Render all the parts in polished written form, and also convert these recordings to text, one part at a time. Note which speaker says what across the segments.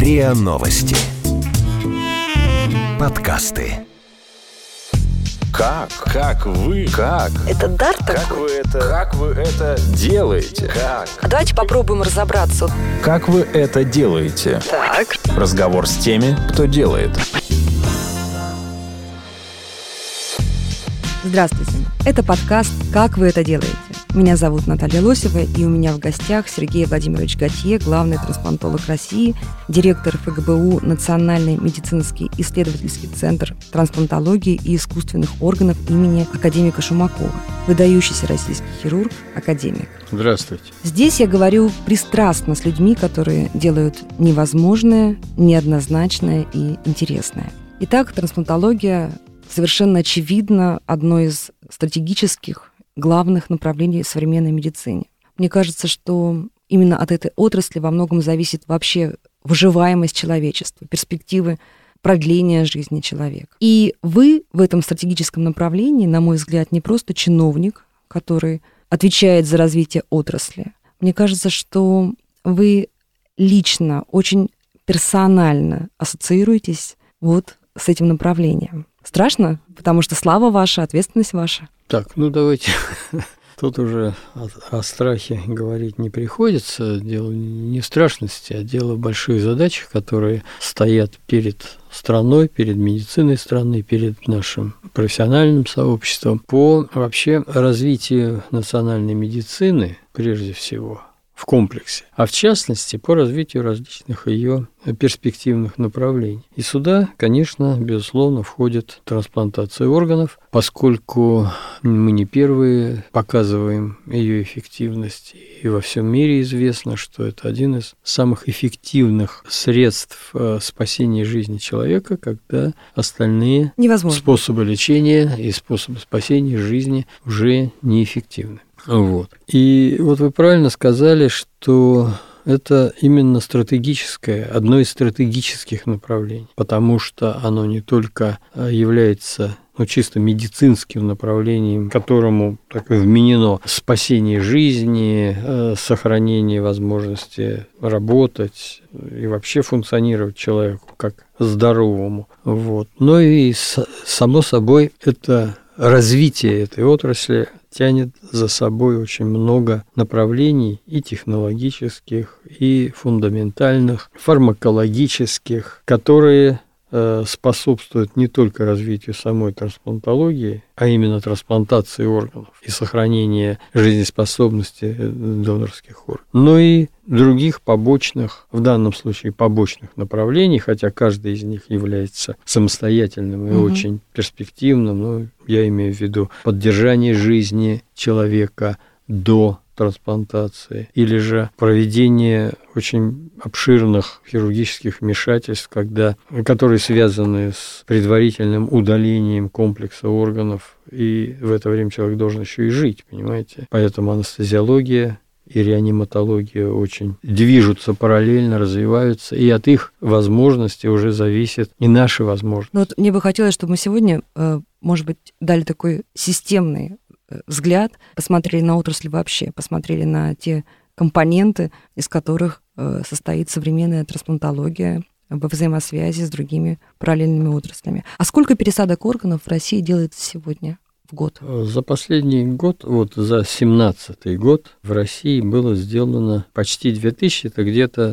Speaker 1: РИА Новости. Подкасты.
Speaker 2: Как вы?
Speaker 3: Это дар такой?
Speaker 2: Как вы это делаете? Как?
Speaker 3: А давайте попробуем разобраться.
Speaker 2: Как вы это делаете?
Speaker 3: Так.
Speaker 2: Разговор с теми, кто делает.
Speaker 4: Здравствуйте. Это подкаст «Как вы это делаете?». Меня зовут Наталья Лосева, и у меня в гостях Сергей Владимирович Готье, главный трансплантолог России, директор ФГБУ Национальный медицинский исследовательский центр трансплантологии и искусственных органов имени академика Шумакова, выдающийся российский хирург, академик.
Speaker 5: Здравствуйте.
Speaker 4: Здесь я говорю пристрастно с людьми, которые делают невозможное, неоднозначное и интересное. Итак, трансплантология совершенно очевидно одно из стратегических главных направлений в современной медицине. Мне кажется, что именно от этой отрасли во многом зависит вообще выживаемость человечества, перспективы продления жизни человека. И вы в этом стратегическом направлении, на мой взгляд, не просто чиновник, который отвечает за развитие отрасли. Мне кажется, что вы лично, очень персонально ассоциируетесь вот с этим направлением. Страшно? Потому что слава ваша, ответственность ваша.
Speaker 5: Так, давайте. Тут уже о страхе говорить не приходится. Дело не в страшности, а дело в больших задачах, которые стоят перед страной, перед медициной страны, перед нашим профессиональным сообществом по вообще развитию национальной медицины, прежде всего, в комплексе, а в частности по развитию различных ее перспективных направлений. И сюда, конечно, безусловно, входит трансплантация органов, поскольку мы не первые показываем ее эффективность, и во всем мире известно, что это один из самых эффективных средств спасения жизни человека, когда остальные способы лечения и способы спасения жизни уже неэффективны. И вы правильно сказали, что это именно одно из стратегических направлений, потому что оно не только является чисто медицинским направлением, которому вменено спасение жизни, сохранение возможности работать и вообще функционировать человеку как здоровому. Но и, само собой, это развитие этой отрасли тянет за собой очень много направлений и технологических, и фундаментальных, фармакологических, которые способствуют не только развитию самой трансплантологии, а именно трансплантации органов и сохранения жизнеспособности донорских органов, но и других побочных, в данном случае побочных направлений, хотя каждый из них является самостоятельным и очень перспективным, я имею в виду поддержание жизни человека до трансплантации, или же проведение очень обширных хирургических вмешательств, которые связаны с предварительным удалением комплекса органов, и в это время человек должен еще и жить, понимаете? Поэтому анестезиология и реаниматология очень движутся параллельно, развиваются, и от их возможностей уже зависит и наши возможности.
Speaker 4: Мне бы хотелось, чтобы мы сегодня, может быть, дали такой системный взгляд, посмотрели на отрасль вообще, посмотрели на те компоненты, из которых состоит современная трансплантология во взаимосвязи с другими параллельными отраслями. А сколько пересадок органов в России делается сегодня в год?
Speaker 5: За последний год, за 2017 год в России было сделано почти 2000, это где-то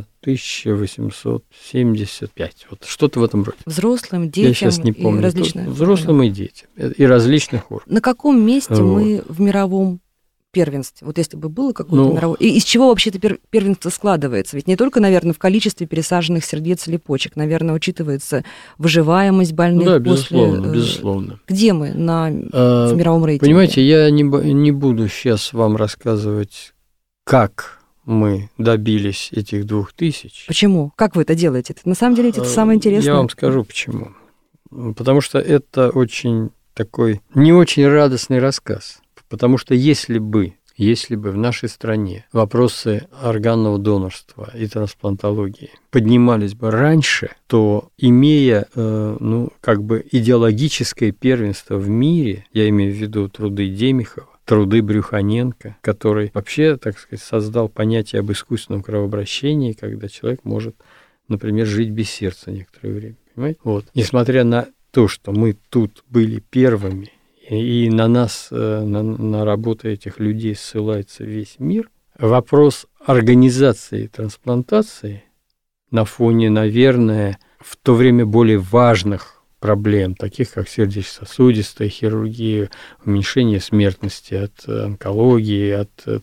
Speaker 5: 1875, что-то в этом роде.
Speaker 4: Взрослым, детям.
Speaker 5: Я сейчас не помню.
Speaker 4: И различных.
Speaker 5: Взрослым и детям, и различных органов.
Speaker 4: На каком месте мы в мировом первенстве? Если бы было какое-то мировое... И из чего вообще это первенство складывается? Ведь не только, наверное, в количестве пересаженных сердец или почек, наверное, учитывается выживаемость больных
Speaker 5: безусловно.
Speaker 4: Где мы в мировом рейтинге?
Speaker 5: Понимаете, я не буду сейчас вам рассказывать, как мы добились этих 2000.
Speaker 4: Почему? Как вы это делаете? На самом деле, это самое интересное.
Speaker 5: Я вам скажу, почему. Потому что это очень такой не очень радостный рассказ. Потому что если бы в нашей стране вопросы органного донорства и трансплантологии поднимались бы раньше, то, имея идеологическое первенство в мире, я имею в виду труды Демихова, труды Брюханенко, который вообще, создал понятие об искусственном кровообращении, когда человек может например, жить без сердца некоторое время. Понимаете? Вот. Несмотря на то, что мы тут были первыми, и на нас, на работу этих людей ссылается весь мир, вопрос организации трансплантации на фоне, наверное, в то время более важных проблем, таких как сердечно-сосудистая хирургия, уменьшение смертности от онкологии, от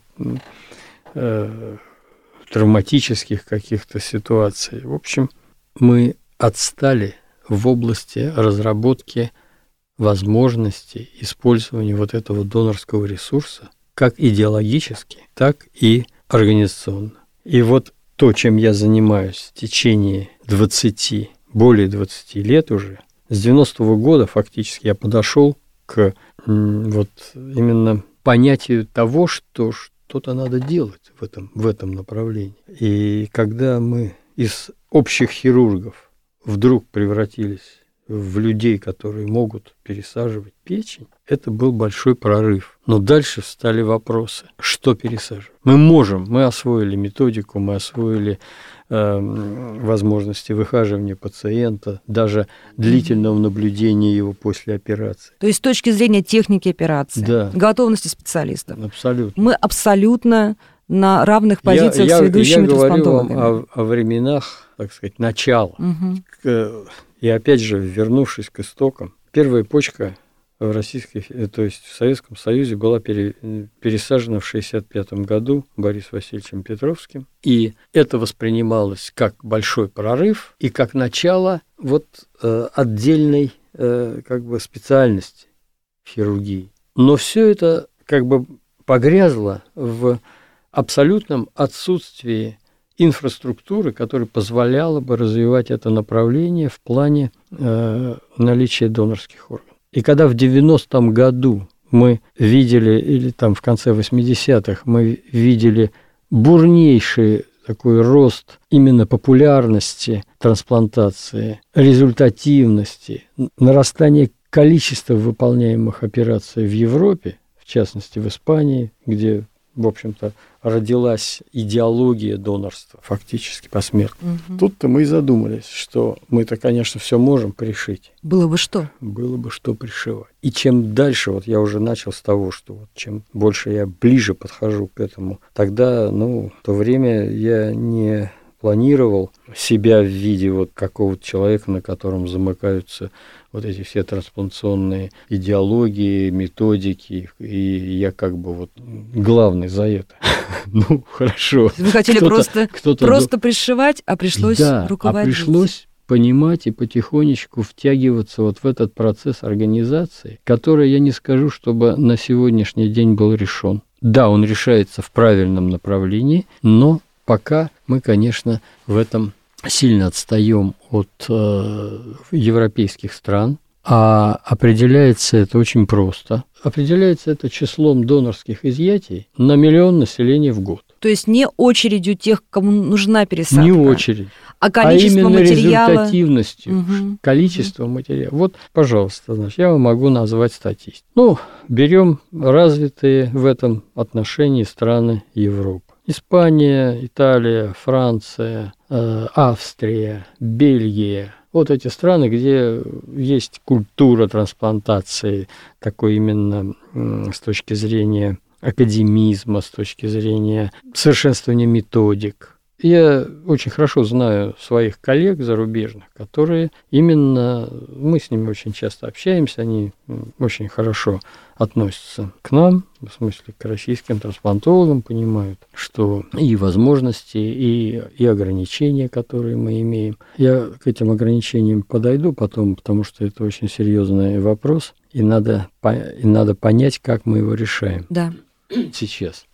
Speaker 5: травматических каких-то ситуаций. В общем, мы отстали в области разработки возможностей использования вот этого донорского ресурса как идеологически, так и организационно. И вот то, чем я занимаюсь в течение более 20 лет уже, с 90-го года фактически я подошел к вот именно понятию того, что что-то надо делать в этом направлении. И когда мы из общих хирургов вдруг превратились в людей, которые могут пересаживать печень, это был большой прорыв. Но дальше встали вопросы, что пересаживать. Мы освоили методику, мы освоили возможности выхаживания пациента, даже длительного наблюдения его после операции.
Speaker 4: То есть с точки зрения техники операции,
Speaker 5: да,
Speaker 4: готовности специалистов,
Speaker 5: абсолютно.
Speaker 4: Мы абсолютно на равных позициях с ведущими трансплантологами.
Speaker 5: Я говорю вам о временах, так сказать, начала. И опять же, вернувшись к истокам, первая почка то есть в Советском Союзе была пересажена в 1965 году Борисом Васильевичем Петровским. И это воспринималось как большой прорыв и как начало отдельной специальности в хирургии. Но все это погрязло в абсолютном отсутствии инфраструктуры, которая позволяла бы развивать это направление в плане наличия донорских органов. И когда в 90-м году мы видели, или там в конце 80-х, мы видели бурнейший такой рост именно популярности трансплантации, результативности, нарастание количества выполняемых операций в Европе, в частности в Испании, где, в общем-то, родилась идеология донорства фактически посмертно. Тут-то мы и задумались, что мы-то, конечно, все можем пришить.
Speaker 4: Было бы что?
Speaker 5: Было бы что пришивать. И чем дальше, я уже начал с того, что чем больше я ближе подхожу к этому, тогда, в то время я не планировал себя в виде какого-то человека, на котором замыкаются эти все трансплантационные идеологии, методики, и я главный за это. Хорошо.
Speaker 4: Вы хотели просто пришивать, а пришлось руководить.
Speaker 5: А пришлось понимать и потихонечку втягиваться в этот процесс организации, который, я не скажу, чтобы на сегодняшний день был решен. Да, он решается в правильном направлении, но пока мы, конечно, в этом сильно отстаем от европейских стран, а определяется это очень просто. Определяется это числом донорских изъятий на 1 миллион населения в год.
Speaker 4: То есть не очередью тех, кому нужна пересадка.
Speaker 5: Не очередь.
Speaker 4: А количество
Speaker 5: именно
Speaker 4: материала.
Speaker 5: Результативностью, количество материала. Пожалуйста, я вам могу назвать статистику. Берем развитые в этом отношении страны Европы. Испания, Италия, Франция, Австрия, Бельгия. Эти страны, где есть культура трансплантации, такой именно с точки зрения академизма, с точки зрения совершенствования методик. Я очень хорошо знаю своих коллег зарубежных, которые именно, мы с ними очень часто общаемся, они очень хорошо относятся к нам, в смысле к российским трансплантологам, понимают, что и возможности, и ограничения, которые мы имеем. Я к этим ограничениям подойду потом, потому что это очень серьезный вопрос, и надо понять, как мы его решаем.
Speaker 4: Да.
Speaker 5: Сейчас.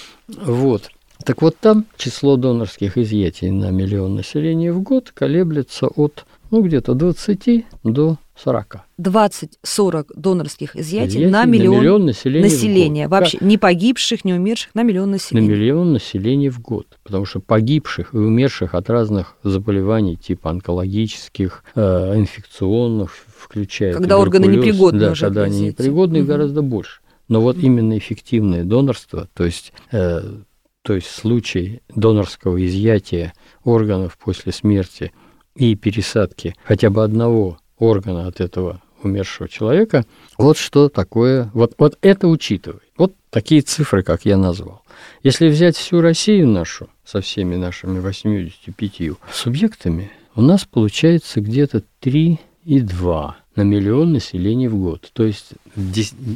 Speaker 5: Так там число донорских изъятий на 1 миллион населения в год колеблется от где-то 20 до 40.
Speaker 4: 20-40 донорских изъятий на миллион населения. Вообще не погибших, не умерших, на 1 миллион населения.
Speaker 5: На 1 миллион населения в год. Потому что погибших и умерших от разных заболеваний, типа онкологических, инфекционных, включая
Speaker 4: когда органы непригодны.
Speaker 5: Да, когда они непригодны, гораздо больше. Но именно эффективное донорство, то есть то есть случай донорского изъятия органов после смерти и пересадки хотя бы одного органа от этого умершего человека, вот что такое, вот это учитывает. Вот такие цифры, как я назвал. Если взять всю Россию нашу, со всеми нашими 85 субъектами, у нас получается где-то 3,2 на миллион населения в год. То есть в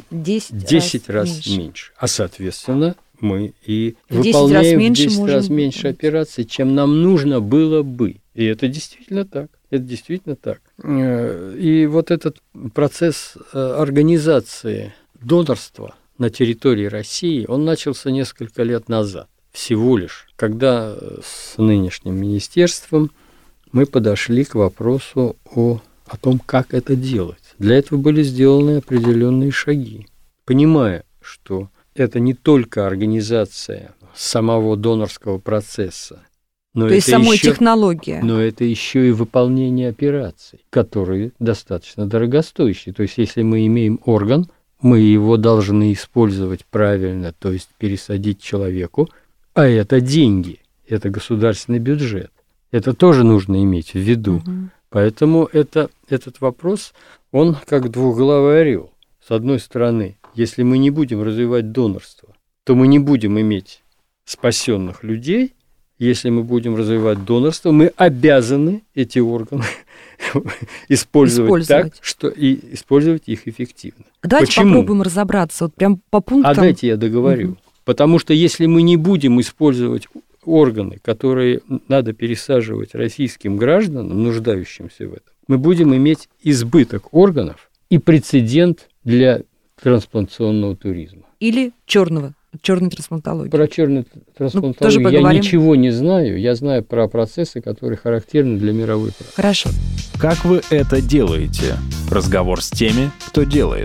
Speaker 5: 10 раз меньше. А, соответственно, мы и выполняем в 10 раз меньше операций, чем нам нужно было бы. И это действительно так. Это действительно так. И вот этот процесс организации донорства на территории России, он начался несколько лет назад. Всего лишь, когда с нынешним министерством мы подошли к вопросу о том, как это делать. Для этого были сделаны определенные шаги. Понимая, что это не только организация самого донорского процесса, но
Speaker 4: то есть самой технология.
Speaker 5: Но это еще и выполнение операций, которые достаточно дорогостоящие. То есть если мы имеем орган, мы его должны использовать правильно, то есть пересадить человеку, а это деньги, это государственный бюджет. Это тоже нужно иметь в виду. Угу. Поэтому этот вопрос, он как двухглавый орел. С одной стороны, если мы не будем развивать донорство, то мы не будем иметь спасенных людей. Если мы будем развивать донорство, мы обязаны эти органы использовать так, что и использовать их эффективно.
Speaker 4: Давайте попробуем разобраться вот прям по пунктам.
Speaker 5: А дайте я договорю. Угу. Потому что если мы не будем использовать органы, которые надо пересаживать российским гражданам, нуждающимся в этом, мы будем иметь избыток органов и прецедент для трансплантационного туризма.
Speaker 4: Или черной трансплантологии.
Speaker 5: Про черную трансплантологию я ничего не знаю. Я знаю про процессы, которые характерны для мировой практики.
Speaker 4: Хорошо.
Speaker 2: Как вы это делаете? Разговор с теми, кто делает.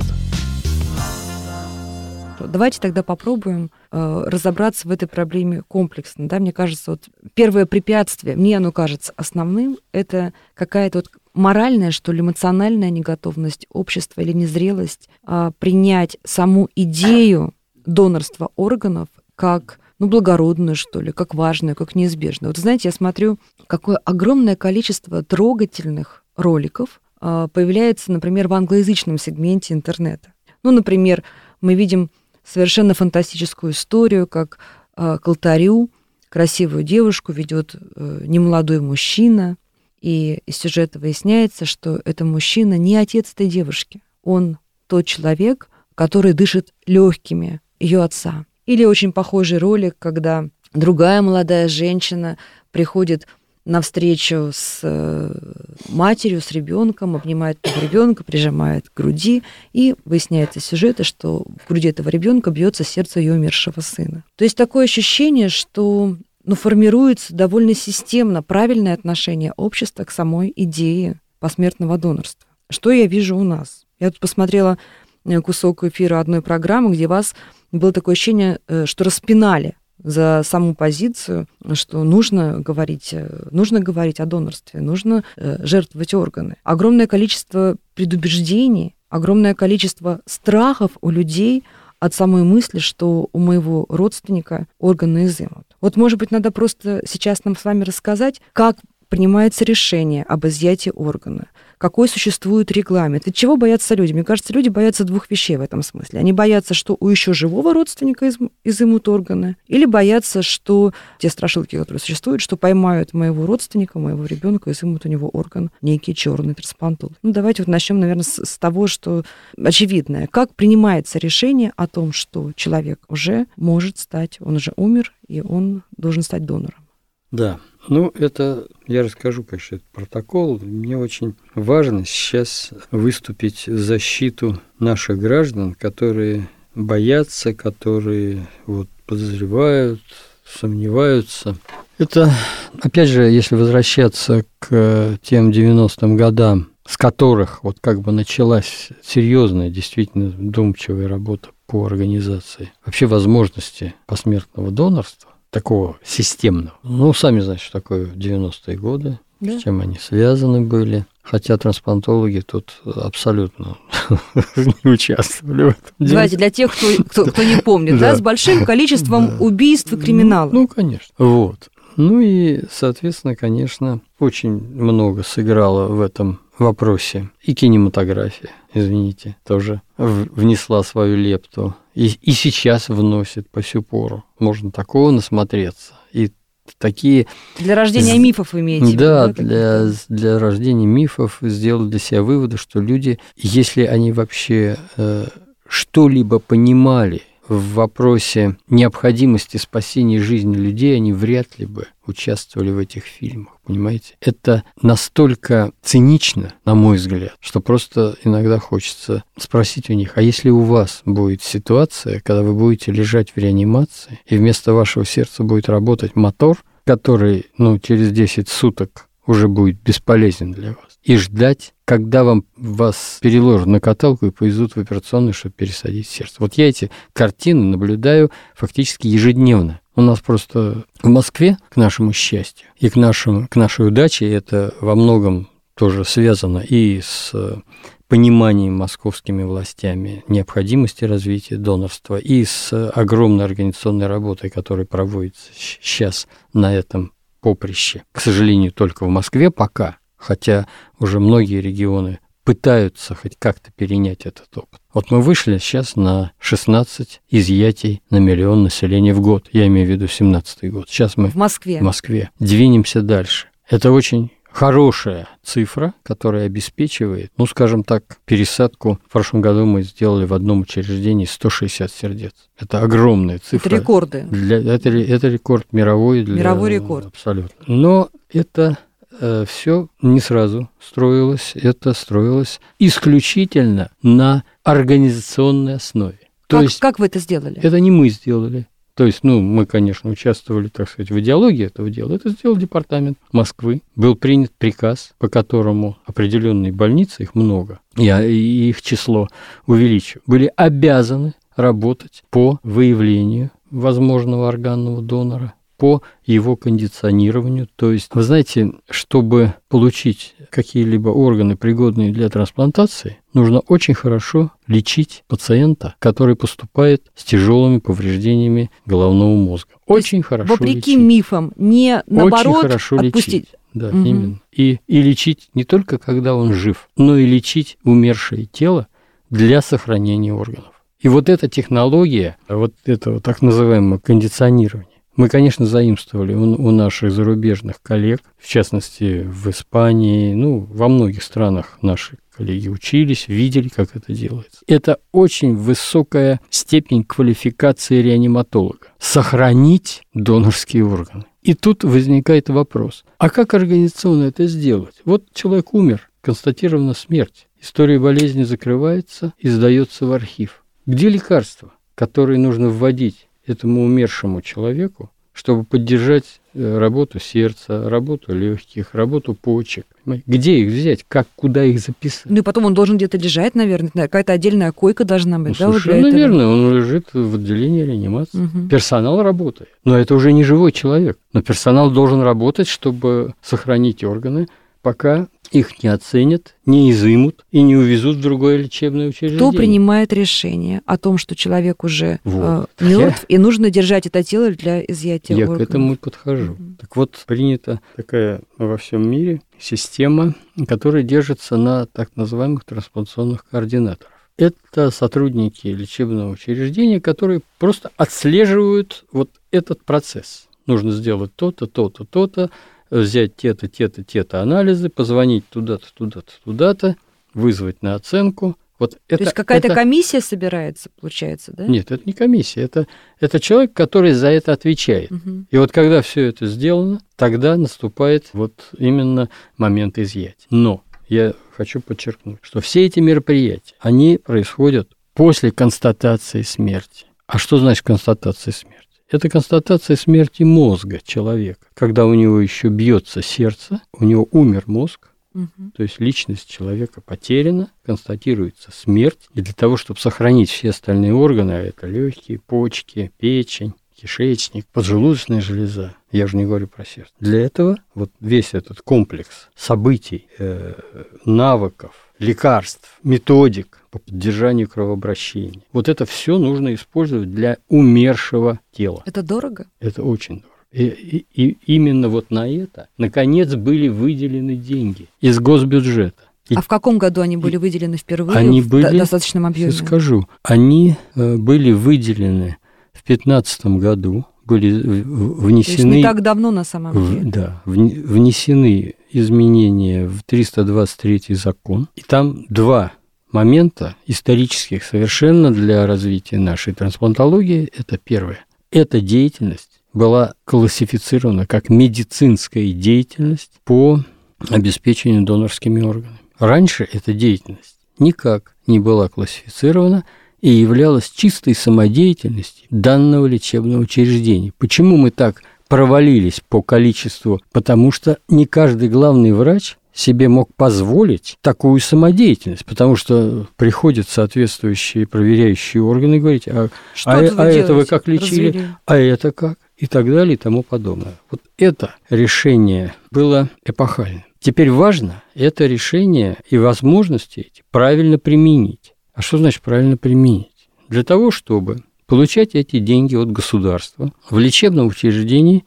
Speaker 4: Давайте тогда попробуем разобраться в этой проблеме комплексно. Да? Мне кажется, вот первое препятствие, мне оно кажется основным, это какая-то вот моральная, что ли, эмоциональная неготовность общества или незрелость принять саму идею донорства органов как благородную, что ли, как важную, как неизбежную. Вот знаете, я смотрю, какое огромное количество трогательных роликов появляется, например, в англоязычном сегменте интернета. Например, мы видим совершенно фантастическую историю, как к алтарю красивую девушку ведет немолодой мужчина, и из сюжета выясняется, что это мужчина не отец этой девушки. Он тот человек, который дышит легкими ее отца. Или очень похожий ролик, когда другая молодая женщина приходит на встречу с матерью, с ребенком, обнимает ребенка, прижимает к груди, и выясняется из сюжета, что в груди этого ребенка бьется сердце ее умершего сына. То есть такое ощущение, что формируется довольно системно правильное отношение общества к самой идее посмертного донорства. Что я вижу у нас? Я тут посмотрела кусок эфира одной программы, где вас было такое ощущение, что распинали за саму позицию, что нужно говорить о донорстве, нужно жертвовать органы. Огромное количество предубеждений, огромное количество страхов у людей от самой мысли, что у моего родственника органы изымут. Вот, может быть, надо просто сейчас нам с вами рассказать, как принимается решение об изъятии органа, какой существует регламент. Ведь чего боятся люди? Мне кажется, люди боятся двух вещей в этом смысле. Они боятся, что у еще живого родственника изымут органы, или боятся, что те страшилки, которые существуют, что поймают моего родственника, моего ребенка, изымут у него орган, некий черный трансплантолог. Давайте вот начнем, наверное, с того, что очевидное. Как принимается решение о том, что человек уже может стать, он уже умер, и он должен стать донором?
Speaker 5: Да, это я расскажу, конечно, этот протокол. Мне очень важно сейчас выступить в защиту наших граждан, которые боятся, которые подозревают, сомневаются. Это, опять же, если возвращаться к тем 90-м годам, с которых началась серьезная, действительно вдумчивая работа по организации вообще возможности посмертного донорства, такого системного. Ну, сами знаете, что такое 90-е годы,
Speaker 4: Да.
Speaker 5: с чем они связаны были. Хотя трансплантологи тут абсолютно не участвовали в этом деле.
Speaker 4: Давайте для тех, кто не помнит, да, с большим количеством убийств и криминала.
Speaker 5: Ну, конечно. Вот. Ну и, соответственно, конечно, очень много сыграла в этом вопросе и кинематография, извините, тоже внесла свою лепту. И сейчас вносит по сю пору. Можно такого насмотреться. И такие...
Speaker 4: Для рождения мифов вы имеете в виду?
Speaker 5: Да, для рождения мифов сделал для себя выводы, что люди, если они вообще что-либо понимали в вопросе необходимости спасения жизни людей, они вряд ли бы участвовали в этих фильмах, понимаете? Это настолько цинично, на мой взгляд, что просто иногда хочется спросить у них, а если у вас будет ситуация, когда вы будете лежать в реанимации, и вместо вашего сердца будет работать мотор, который, через 10 суток уже будет бесполезен для вас, и ждать, когда вас переложат на каталку и повезут в операционную, чтобы пересадить сердце. Вот я эти картины наблюдаю фактически ежедневно. У нас просто в Москве, к нашему счастью, и к нашей удаче, это во многом тоже связано и с пониманием московскими властями необходимости развития донорства, и с огромной организационной работой, которая проводится сейчас на этом поприще. К сожалению, только в Москве пока, хотя уже многие регионы пытаются хоть как-то перенять этот опыт. Вот мы вышли сейчас на 16 изъятий на миллион населения в год. Я имею в виду 17-й год. Сейчас мы
Speaker 4: в Москве
Speaker 5: двинемся дальше. Это очень хорошая цифра, которая обеспечивает, скажем так, пересадку. В прошлом году мы сделали в одном учреждении 160 сердец. Это огромная цифра.
Speaker 4: Это рекорды.
Speaker 5: Это рекорд мировой.
Speaker 4: Мировой рекорд.
Speaker 5: Абсолютно. Но это все не сразу строилось. Это строилось исключительно на организационной основе.
Speaker 4: Как вы это сделали?
Speaker 5: Это не мы сделали. То есть, мы, конечно, участвовали, так сказать, в идеологии этого дела. Это сделал департамент Москвы. Был принят приказ, по которому определенные больницы, их много, и их число увеличиваю, были обязаны работать по выявлению возможного органного донора, по его кондиционированию. То есть, вы знаете, чтобы получить какие-либо органы, пригодные для трансплантации, нужно очень хорошо лечить пациента, который поступает с тяжелыми повреждениями головного мозга. Очень хорошо
Speaker 4: вопреки
Speaker 5: лечить.
Speaker 4: мифам, не наоборот
Speaker 5: очень хорошо
Speaker 4: отпустить.
Speaker 5: Лечить. Да, именно. И лечить не только когда он жив, но и лечить умершее тело для сохранения органов. И вот эта технология, вот этого так называемого кондиционирования, мы, конечно, заимствовали у наших зарубежных коллег, в частности, в Испании, во многих странах наши коллеги учились, видели, как это делается. Это очень высокая степень квалификации реаниматолога. Сохранить донорские органы. И тут возникает вопрос, а как организационно это сделать? Вот человек умер, констатирована смерть, история болезни закрывается и сдается в архив. Где лекарства, которые нужно вводить этому умершему человеку, чтобы поддержать работу сердца, работу легких, работу почек? Где их взять? Куда их записать?
Speaker 4: И потом он должен где-то лежать, наверное, какая-то отдельная койка должна быть.
Speaker 5: Совершенно верно, он лежит в отделении реанимации.
Speaker 4: Угу.
Speaker 5: Персонал работает, но это уже не живой человек. Но персонал должен работать, чтобы сохранить органы, пока их не оценят, не изымут и не увезут в другое лечебное учреждение.
Speaker 4: Кто принимает решение о том, что человек уже мертв, и нужно держать это тело для изъятия органов?
Speaker 5: Я к этому и подхожу. Так вот, принята такая во всем мире система, которая держится на так называемых трансплантационных координаторах. Это сотрудники лечебного учреждения, которые просто отслеживают вот этот процесс. Нужно сделать то-то, то-то, то-то, взять те-то анализы, позвонить туда-то, туда-то, туда-то, вызвать на оценку. Вот это,
Speaker 4: то есть какая-то комиссия собирается, получается, да?
Speaker 5: Нет, это не комиссия, это человек, который за это отвечает.
Speaker 4: Угу.
Speaker 5: И вот когда все это сделано, тогда наступает вот именно момент изъятия. Но я хочу подчеркнуть, что все эти мероприятия, они происходят после констатации смерти. А что значит констатация смерти? Это констатация смерти мозга человека, когда у него еще бьется сердце, у него умер мозг, то есть личность человека потеряна, констатируется смерть, и для того, чтобы сохранить все остальные органы, а это легкие, почки, печень, кишечник, поджелудочная железа. Я уже не говорю про сердце. Для этого вот весь этот комплекс событий, навыков, лекарств, методик по поддержанию кровообращения. Вот это все нужно использовать для умершего тела.
Speaker 4: Это дорого?
Speaker 5: Это очень дорого. И именно вот на это, наконец, были выделены деньги из госбюджета.
Speaker 4: А в каком году они были выделены впервые
Speaker 5: они
Speaker 4: в
Speaker 5: были,
Speaker 4: достаточном объеме?
Speaker 5: Сейчас скажу. Они были выделены в 2015 году, были внесены...
Speaker 4: То есть не так давно на самом деле.
Speaker 5: Да, внесены изменения в 323 закон. И там два момента исторических совершенно для развития нашей трансплантологии. Это первое. Эта деятельность была классифицирована как медицинская деятельность по обеспечению донорскими органами. Раньше эта деятельность никак не была классифицирована и являлась чистой самодеятельностью данного лечебного учреждения. Почему мы так провалились по количеству? Потому что не каждый главный врач себе мог позволить такую самодеятельность, потому что приходят соответствующие проверяющие органы и говорить, а это вы как лечили, развели? А это как? И так далее, и тому подобное. Вот это решение было эпохальным. Теперь важно это решение и возможности эти правильно применить. А что значит правильно применить? Для того, чтобы получать эти деньги от государства в лечебном учреждении,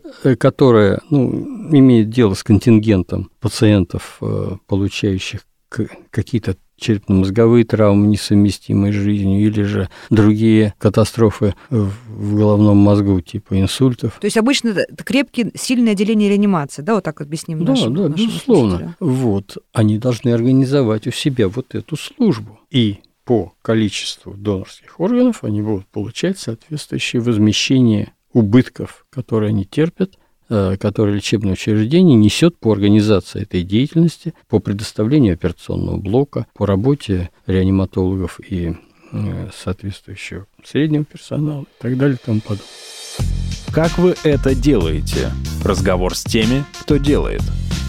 Speaker 5: которое имеет дело с контингентом пациентов, получающих какие-то черепно-мозговые травмы, несовместимые с жизнью, или же другие катастрофы в головном мозгу, типа инсультов.
Speaker 4: То есть обычно это крепкие, сильные отделения реанимации, да, вот так объясним нашим
Speaker 5: безусловно.
Speaker 4: слушателям.
Speaker 5: Вот, они должны организовать у себя вот эту службу. И по количеству донорских органов они будут получать соответствующее возмещение убытков, которые они терпят, которые лечебное учреждение несет по организации этой деятельности, по предоставлению операционного блока, по работе реаниматологов и соответствующего среднего персонала и так далее и тому подобное.
Speaker 2: Как вы это делаете? Разговор с теми, кто делает.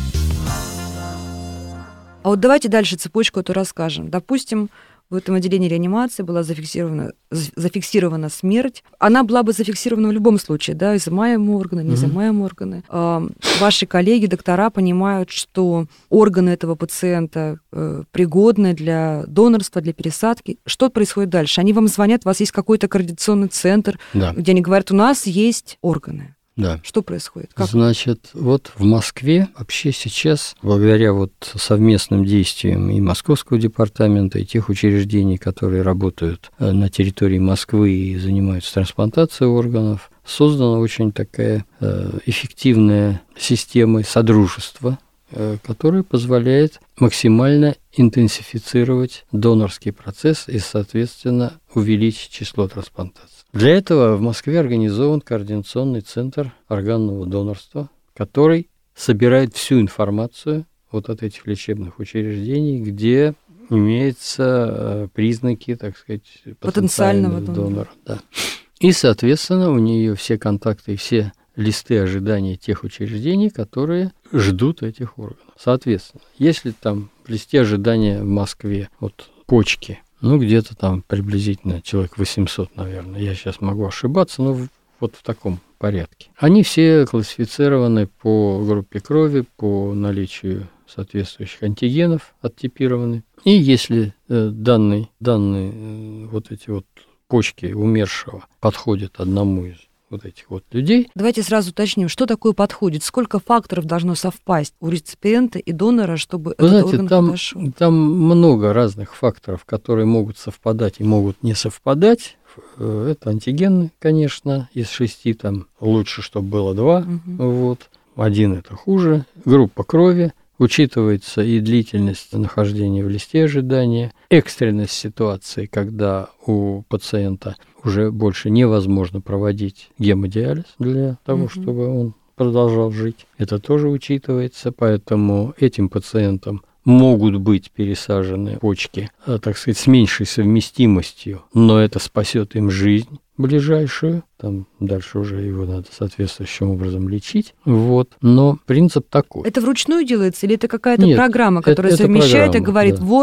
Speaker 4: А вот давайте дальше цепочку эту расскажем. Допустим, в этом отделении реанимации была зафиксирована смерть. Она была бы зафиксирована в любом случае, да, изымаем органы, не изымаем органы. Ваши коллеги, доктора понимают, что органы этого пациента пригодны для донорства, для пересадки. Что происходит дальше? Они вам звонят, у вас есть какой-то координационный центр, где они говорят, у нас есть органы.
Speaker 5: Да.
Speaker 4: Что происходит? Как?
Speaker 5: Значит, вот в Москве вообще сейчас, благодаря вот совместным действиям и Московского департамента, и тех учреждений, которые работают на территории Москвы и занимаются трансплантацией органов, создана очень такая эффективная система содружества, которая позволяет максимально интенсифицировать донорский процесс и, соответственно, увеличить число трансплантаций. Для этого в Москве организован координационный центр органного донорства, который собирает всю информацию вот от этих лечебных учреждений, где имеются признаки, так сказать, потенциального донора. Да. И, соответственно, у нее все контакты и все листы ожидания тех учреждений, которые ждут этих органов. Соответственно, если там в листе ожидания в Москве вот почки, где-то там приблизительно человек 800, наверное, я сейчас могу ошибаться, но вот в таком порядке. Они все классифицированы по группе крови, по наличию соответствующих антигенов, оттипированы. И если данные вот эти вот почки умершего подходят одному из вот этих вот людей.
Speaker 4: Давайте сразу уточним, что такое подходит, сколько факторов должно совпасть у реципиента и донора, чтобы этот орган подошел?
Speaker 5: Там много разных факторов, которые могут совпадать и могут не совпадать. Это антигены, конечно, из 6, там лучше, чтобы было 2, вот. 1 это хуже. Группа крови. Учитывается и длительность нахождения в листе ожидания, экстренность ситуации, когда у пациента уже больше невозможно проводить гемодиализ для того, чтобы он продолжал жить. Это тоже учитывается, поэтому этим пациентам могут быть пересажены почки, так сказать, с меньшей совместимостью, но это спасет им жизнь ближайшую, там дальше уже его надо соответствующим образом лечить, вот, но принцип такой.
Speaker 4: Это вручную делается или это какая-то программа, которая совмещает программа, и говорит, вот,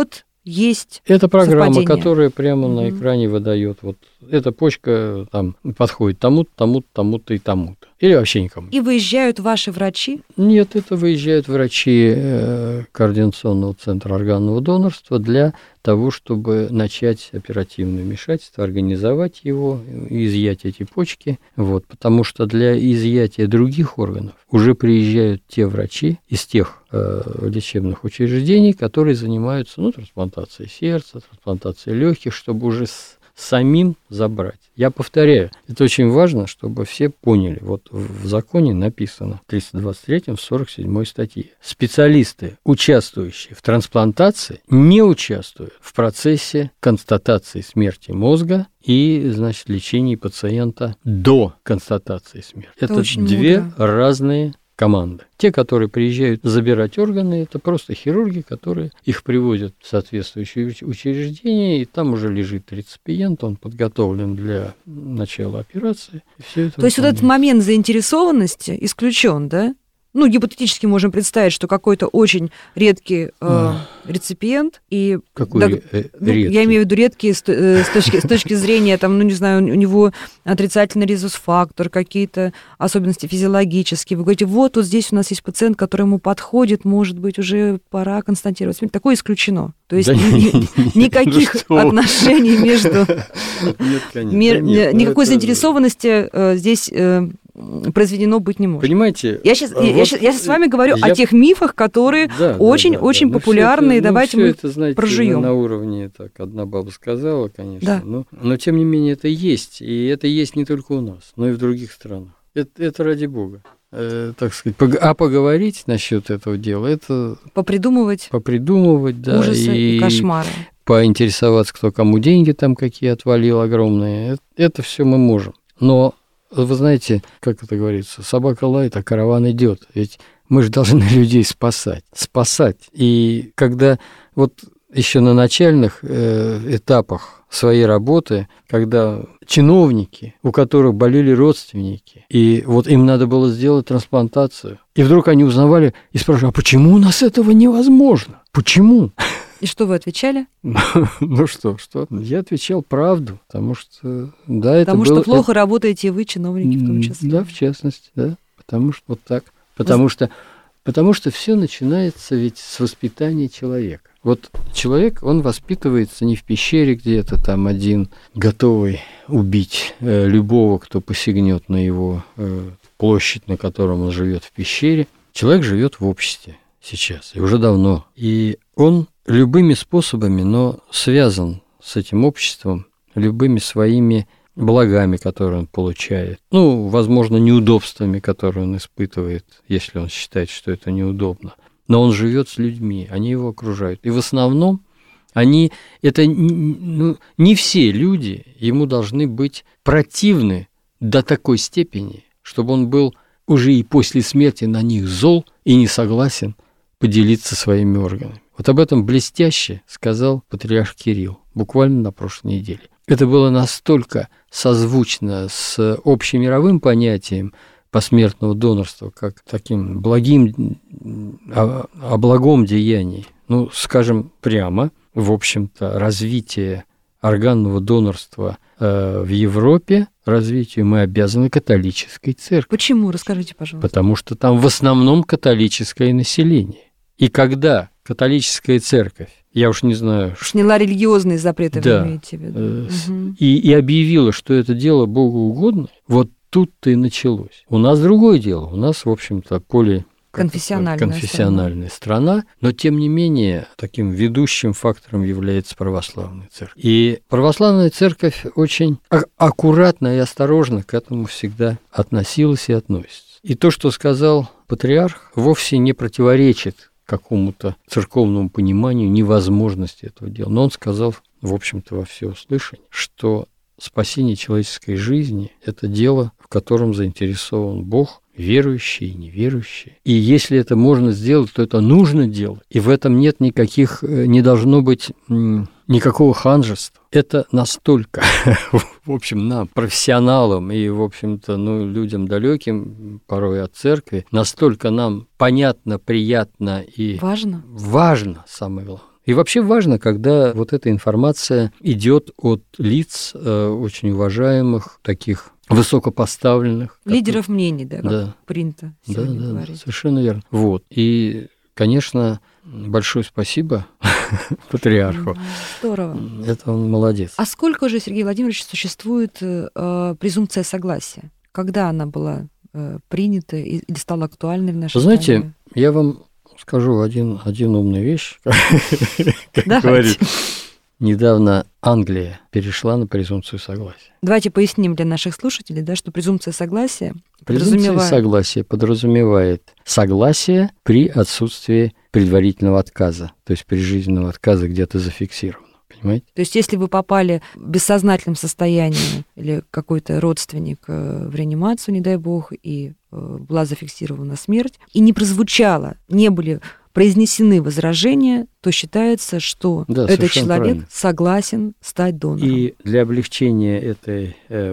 Speaker 4: есть
Speaker 5: Это программа,
Speaker 4: совпадение.
Speaker 5: которая прямо на экране выдает. Вот эта почка там подходит тому-то, тому-то, тому-то и тому-то. Или вообще никому.
Speaker 4: И выезжают ваши врачи?
Speaker 5: Нет, это выезжают врачи Координационного центра органного донорства для того, чтобы начать оперативное вмешательство, организовать его, изъять эти почки. Вот, потому что для изъятия других органов уже приезжают те врачи из тех лечебных учреждений, которые занимаются трансплантацией сердца, трансплантацией легких, чтобы уже самим забрать. Я повторяю, это очень важно, чтобы все поняли. Вот в законе написано, в 323-м, в 47-й статье. Специалисты, участвующие в трансплантации, не участвуют в процессе констатации смерти мозга и, значит, лечения пациента до констатации смерти. Это две разные команды. Те, которые приезжают забирать органы, это просто хирурги, которые их привозят в соответствующее учреждение, и там уже лежит реципиент, он подготовлен для начала операции. И все это.
Speaker 4: То есть вот этот момент заинтересованности исключен, да? Гипотетически можем представить, что какой-то очень редкий реципиент, и
Speaker 5: какой редкий?
Speaker 4: Я имею в виду редкий с точки зрения, у него отрицательный резус-фактор, какие-то особенности физиологические. Вы говорите, вот тут здесь у нас есть пациент, который ему подходит, может быть, уже пора констатировать. Такое исключено. То есть никаких отношений между... Никакой заинтересованности здесь произведено быть не может.
Speaker 5: Понимаете?
Speaker 4: Я сейчас с вами говорю о тех мифах, которые очень популярны, и давайте мы прожуем.
Speaker 5: На уровне, так одна баба сказала, конечно, но тем не менее это есть, и это есть не только у нас, но и в других странах. Это ради бога. Так сказать, поговорить насчет этого дела, это... Попридумывать, да.
Speaker 4: Ужасы и кошмары.
Speaker 5: Поинтересоваться, кто кому деньги там какие отвалил огромные, это все мы можем. Но вы знаете, как это говорится, собака лает, а караван идет. Ведь мы же должны людей спасать. И когда вот еще на начальных этапах своей работы, когда чиновники, у которых болели родственники, и вот им надо было сделать трансплантацию, и вдруг они узнавали и спрашивали, а почему у нас этого невозможно? Почему?
Speaker 4: И что вы отвечали?
Speaker 5: Что? Я отвечал правду, потому что...
Speaker 4: Потому что плохо работаете вы, чиновники, в том числе.
Speaker 5: Да, в частности, да. Потому что вот так. Потому что все начинается ведь с воспитания человека. Вот человек, он воспитывается не в пещере где-то там один, готовый убить любого, кто посягнет на его площадь, на котором он живет в пещере. Человек живет в обществе сейчас, и уже давно. И он любыми способами, но связан с этим обществом, любыми своими благами, которые он получает. Возможно, неудобствами, которые он испытывает, если он считает, что это неудобно. Но он живет с людьми, они его окружают. И в основном не все люди ему должны быть противны до такой степени, чтобы он был уже и после смерти на них зол и не согласен поделиться своими органами. Вот об этом блестяще сказал патриарх Кирилл буквально на прошлой неделе. Это было настолько созвучно с общемировым понятием посмертного донорства, как таким благим, о благом деянии. Скажем прямо, в общем-то, развитие органного донорства в Европе, развитию мы обязаны католической церкви.
Speaker 4: Почему? Расскажите, пожалуйста.
Speaker 5: Потому что там в основном католическое население. И когда католическая церковь, я уж не знаю...
Speaker 4: Сняла религиозные запреты, вы имеете в виду.
Speaker 5: И объявила, что это дело Богу угодно, вот тут-то и началось. У нас другое дело. У нас, в общем-то, конфессиональная страна, но, тем не менее, таким ведущим фактором является православная церковь. И православная церковь очень аккуратно и осторожно к этому всегда относилась и относится. И то, что сказал патриарх, вовсе не противоречит какому-то церковному пониманию невозможности этого дела. Но он сказал, в общем-то, во всеуслышание, что спасение человеческой жизни – это дело, в котором заинтересован Бог, верующие и неверующие. И если это можно сделать, то это нужно делать. И в этом нет не должно быть никакого ханжества. Это настолько, в общем, нам, профессионалам и, в общем-то, людям далеким порой от церкви, настолько нам понятно, приятно и...
Speaker 4: Важно,
Speaker 5: самое главное. И вообще важно, когда вот эта информация идет от лиц очень уважаемых, таких высокопоставленных.
Speaker 4: Лидеров мнений, да, как принято сегодня говорить.
Speaker 5: Да, совершенно верно. Вот. И, конечно, большое спасибо патриарху.
Speaker 4: Здорово.
Speaker 5: Это он молодец.
Speaker 4: А сколько же, Сергей Владимирович, существует презумпция согласия? Когда она была принята или стала актуальной в нашей стране?
Speaker 5: Знаете, я вам скажу один умную вещь, как говорит. Недавно Англия перешла на презумпцию согласия.
Speaker 4: Давайте поясним для наших слушателей, да, что презумпция согласия
Speaker 5: подразумевает согласие при отсутствии предварительного отказа, то есть прижизненного отказа где-то зафиксировано. Понимаете?
Speaker 4: То есть если вы попали в бессознательном состоянии или какой-то родственник в реанимацию, не дай бог, и была зафиксирована смерть, и не прозвучало, не были произнесены возражения, то считается, что этот человек согласен стать донором.
Speaker 5: И для облегчения этой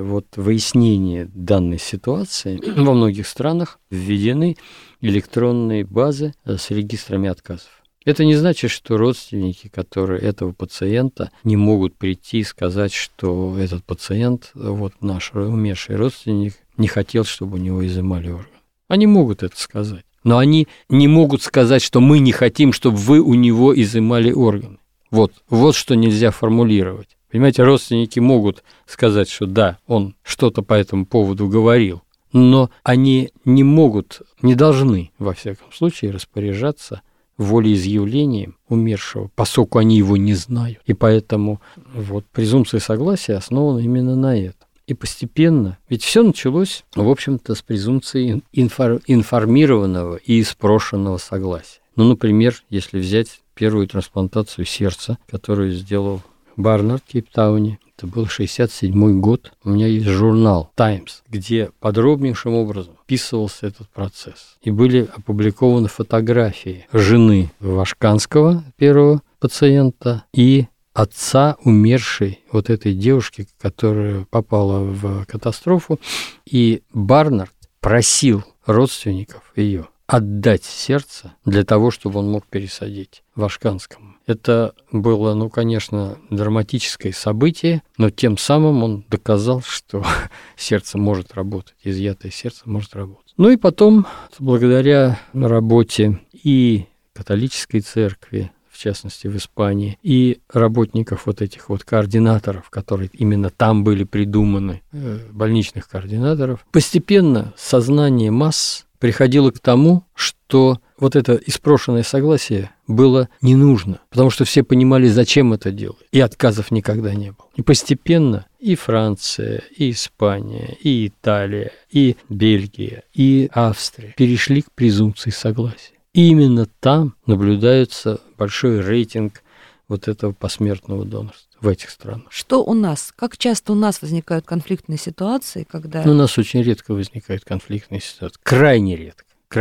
Speaker 5: выяснения данной ситуации во многих странах введены электронные базы с регистрами отказов. Это не значит, что родственники, которые этого пациента, не могут прийти и сказать, что этот пациент, наш умерший родственник, не хотел, чтобы у него изымали органы. Они могут это сказать. Но они не могут сказать, что мы не хотим, чтобы вы у него изымали органы. Вот что нельзя формулировать. Понимаете, родственники могут сказать, что да, он что-то по этому поводу говорил, но они не могут, не должны, во всяком случае, распоряжаться волеизъявлением умершего, поскольку они его не знают. И поэтому презумпция согласия основана именно на этом. И постепенно, ведь все началось, в общем-то, с презумпции информированного и спрошенного согласия. Например, если взять первую трансплантацию сердца, которую сделал Барнард в Кейптауне, это был 1967 год. У меня есть журнал «Таймс», где подробнейшим образом описывался этот процесс. И были опубликованы фотографии жены Вашканского, первого пациента, и отца умершей этой девушки, которая попала в катастрофу, и Барнард просил родственников ее отдать сердце для того, чтобы он мог пересадить Вашканскому. Это было, конечно, драматическое событие, но тем самым он доказал, что сердце может работать, изъятое сердце может работать. И потом, благодаря работе и католической церкви, в частности в Испании, и работников этих координаторов, которые именно там были придуманы, больничных координаторов, постепенно сознание масс приходило к тому, что это испрошенное согласие было не нужно, потому что все понимали, зачем это делать, и отказов никогда не было. И постепенно и Франция, и Испания, и Италия, и Бельгия, и Австрия перешли к презумпции согласия. И именно там наблюдается большой рейтинг этого посмертного донорства в этих странах.
Speaker 4: Что у нас? Как часто у нас возникают конфликтные ситуации, когда...
Speaker 5: У нас очень редко возникают конфликтные ситуации. Крайне редко.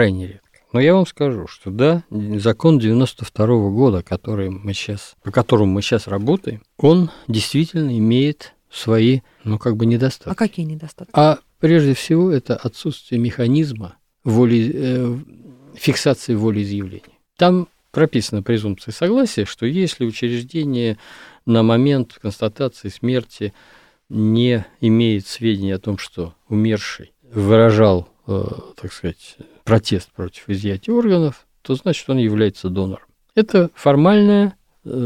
Speaker 5: Но я вам скажу, что закон 92 года, по которому мы сейчас работаем, он действительно имеет свои, недостатки.
Speaker 4: А какие недостатки?
Speaker 5: А прежде всего это отсутствие механизма фиксации волеизъявления. Там прописана презумпция согласия, что если учреждение на момент констатации смерти не имеет сведений о том, что умерший выражал, протест против изъятия органов, то значит он является донором. Это формальное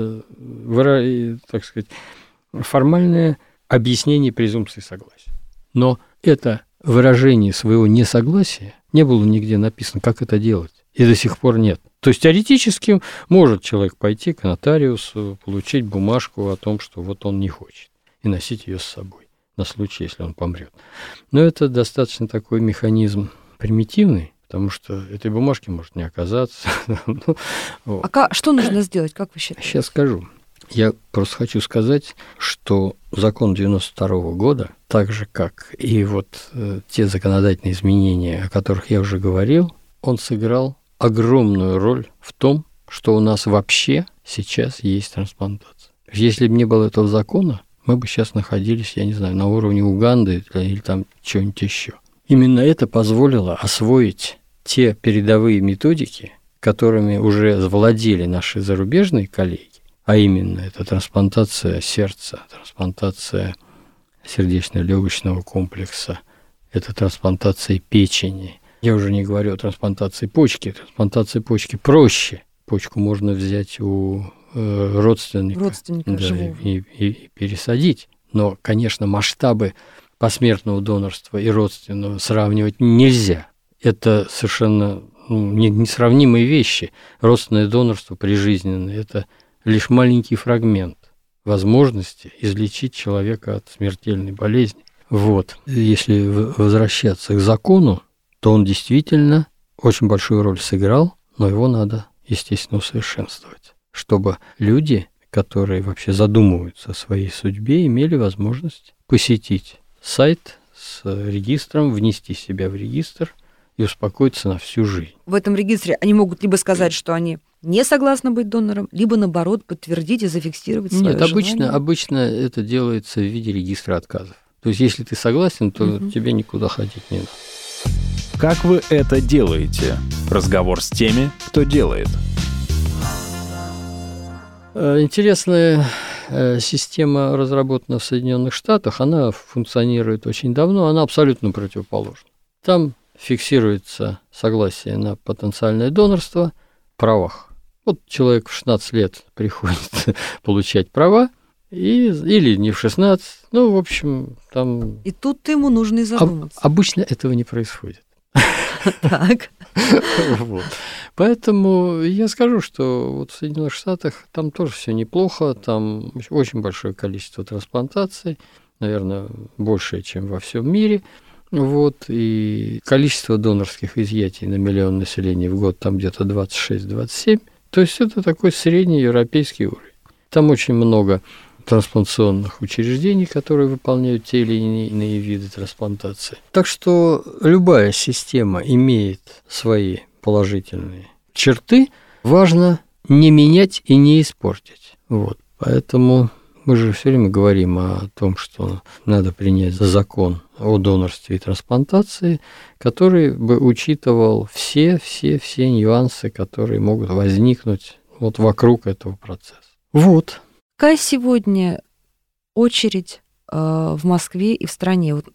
Speaker 5: объяснение презумпции согласия. Но это выражение своего несогласия не было нигде написано, как это делать, и до сих пор нет. То есть теоретически может человек пойти к нотариусу, получить бумажку о том, что он не хочет, и носить ее с собой на случай, если он помрет. Но это достаточно такой механизм примитивный, потому что этой бумажки может не оказаться.
Speaker 4: Что нужно сделать, как вы считаете?
Speaker 5: Сейчас скажу. Я просто хочу сказать, что закон 92 года, так же, как и те законодательные изменения, о которых я уже говорил, он сыграл огромную роль в том, что у нас вообще сейчас есть трансплантация. Если бы не было этого закона, мы бы сейчас находились, я не знаю, на уровне Уганды или там чего-нибудь еще. Именно это позволило освоить те передовые методики, которыми уже владели наши зарубежные коллеги, а именно это трансплантация сердца, трансплантация сердечно-легочного комплекса, это трансплантация печени. Я уже не говорю о трансплантации почки. Трансплантация почки проще. Почку можно взять у родственника да, и пересадить. Но, конечно, масштабы посмертного донорства и родственного сравнивать нельзя. Это совершенно несравнимые вещи. Родственное донорство прижизненное – это лишь маленький фрагмент возможности излечить человека от смертельной болезни. Вот. Если возвращаться к закону, то он действительно очень большую роль сыграл, но его надо, естественно, усовершенствовать, чтобы люди, которые вообще задумываются о своей судьбе, имели возможность посетить сайт с регистром, внести себя в регистр и успокоиться на всю жизнь.
Speaker 4: В этом регистре они могут либо сказать, что они не согласны быть донором, либо, наоборот, подтвердить и зафиксировать свое желание.
Speaker 5: Нет, обычно это делается в виде регистра отказов. То есть, если ты согласен, то тебе никуда ходить не надо.
Speaker 2: Как вы это делаете? Разговор с теми, кто делает.
Speaker 5: Интересная система разработана в Соединенных Штатах, она функционирует очень давно, она абсолютно противоположна. Там фиксируется согласие на потенциальное донорство в правах. Вот человек в 16 лет приходит получать права, или не в 16, в общем, там...
Speaker 4: И тут ему нужно и задуматься.
Speaker 5: Обычно этого не происходит.
Speaker 4: Так.
Speaker 5: Вот. Поэтому я скажу, что вот в Соединенных Штатах там тоже все неплохо, там очень большое количество трансплантаций, наверное, большее, чем во всем мире. Вот, и количество донорских изъятий на миллион населения в год там где-то 26-27. То есть это такой средний европейский уровень. Там очень много трансплантационных учреждений, которые выполняют те или иные виды трансплантации. Так что любая система имеет свои положительные черты. Важно не менять и не испортить. Вот. Поэтому мы же все время говорим о том, что надо принять закон о донорстве и трансплантации, который бы учитывал все нюансы, которые могут возникнуть вот вокруг этого процесса. Вот.
Speaker 4: Какая сегодня очередь в Москве и в стране? Вот,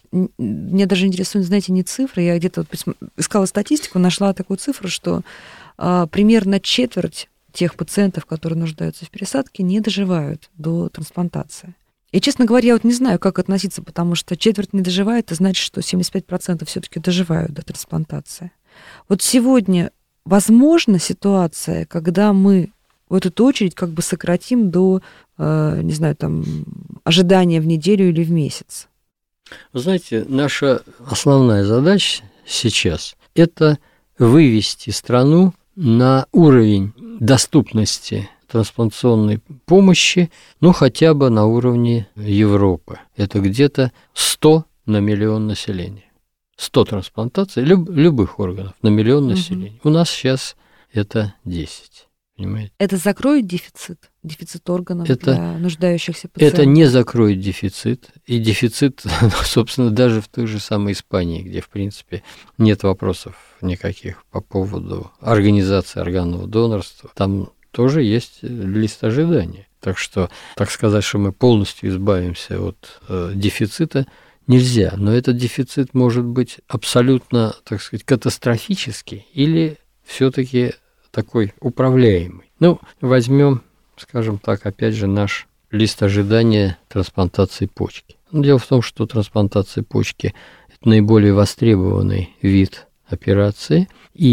Speaker 4: меня даже интересует, знаете, не цифры. Я где-то искала статистику, нашла такую цифру, что примерно четверть тех пациентов, которые нуждаются в пересадке, не доживают до трансплантации. И, честно говоря, я вот не знаю, как относиться, потому что четверть не доживает, это значит, что 75% все-таки доживают до трансплантации. Вот сегодня возможна ситуация, когда мы вот эту очередь как бы сократим до, не знаю, там, ожидания в неделю или в месяц?
Speaker 5: Вы знаете, наша основная задача сейчас – это вывести страну на уровень доступности трансплантационной помощи, хотя бы на уровне Европы. Это где-то 100 на миллион населения. 100 трансплантаций любых органов на миллион населения. У нас сейчас это 10. Понимаете?
Speaker 4: Это закроет дефицит органов для нуждающихся пациентов?
Speaker 5: Это не закроет дефицит. И дефицит, собственно, даже в той же самой Испании, где, в принципе, нет вопросов никаких по поводу организации органного донорства. Там тоже есть лист ожидания. Так что, так сказать, что мы полностью избавимся от дефицита, нельзя. Но этот дефицит может быть абсолютно, так сказать, катастрофический или все-таки такой управляемый. Возьмем, скажем так, опять же, наш лист ожидания трансплантации почки. Дело в том, что трансплантация почки – это наиболее востребованный вид операции,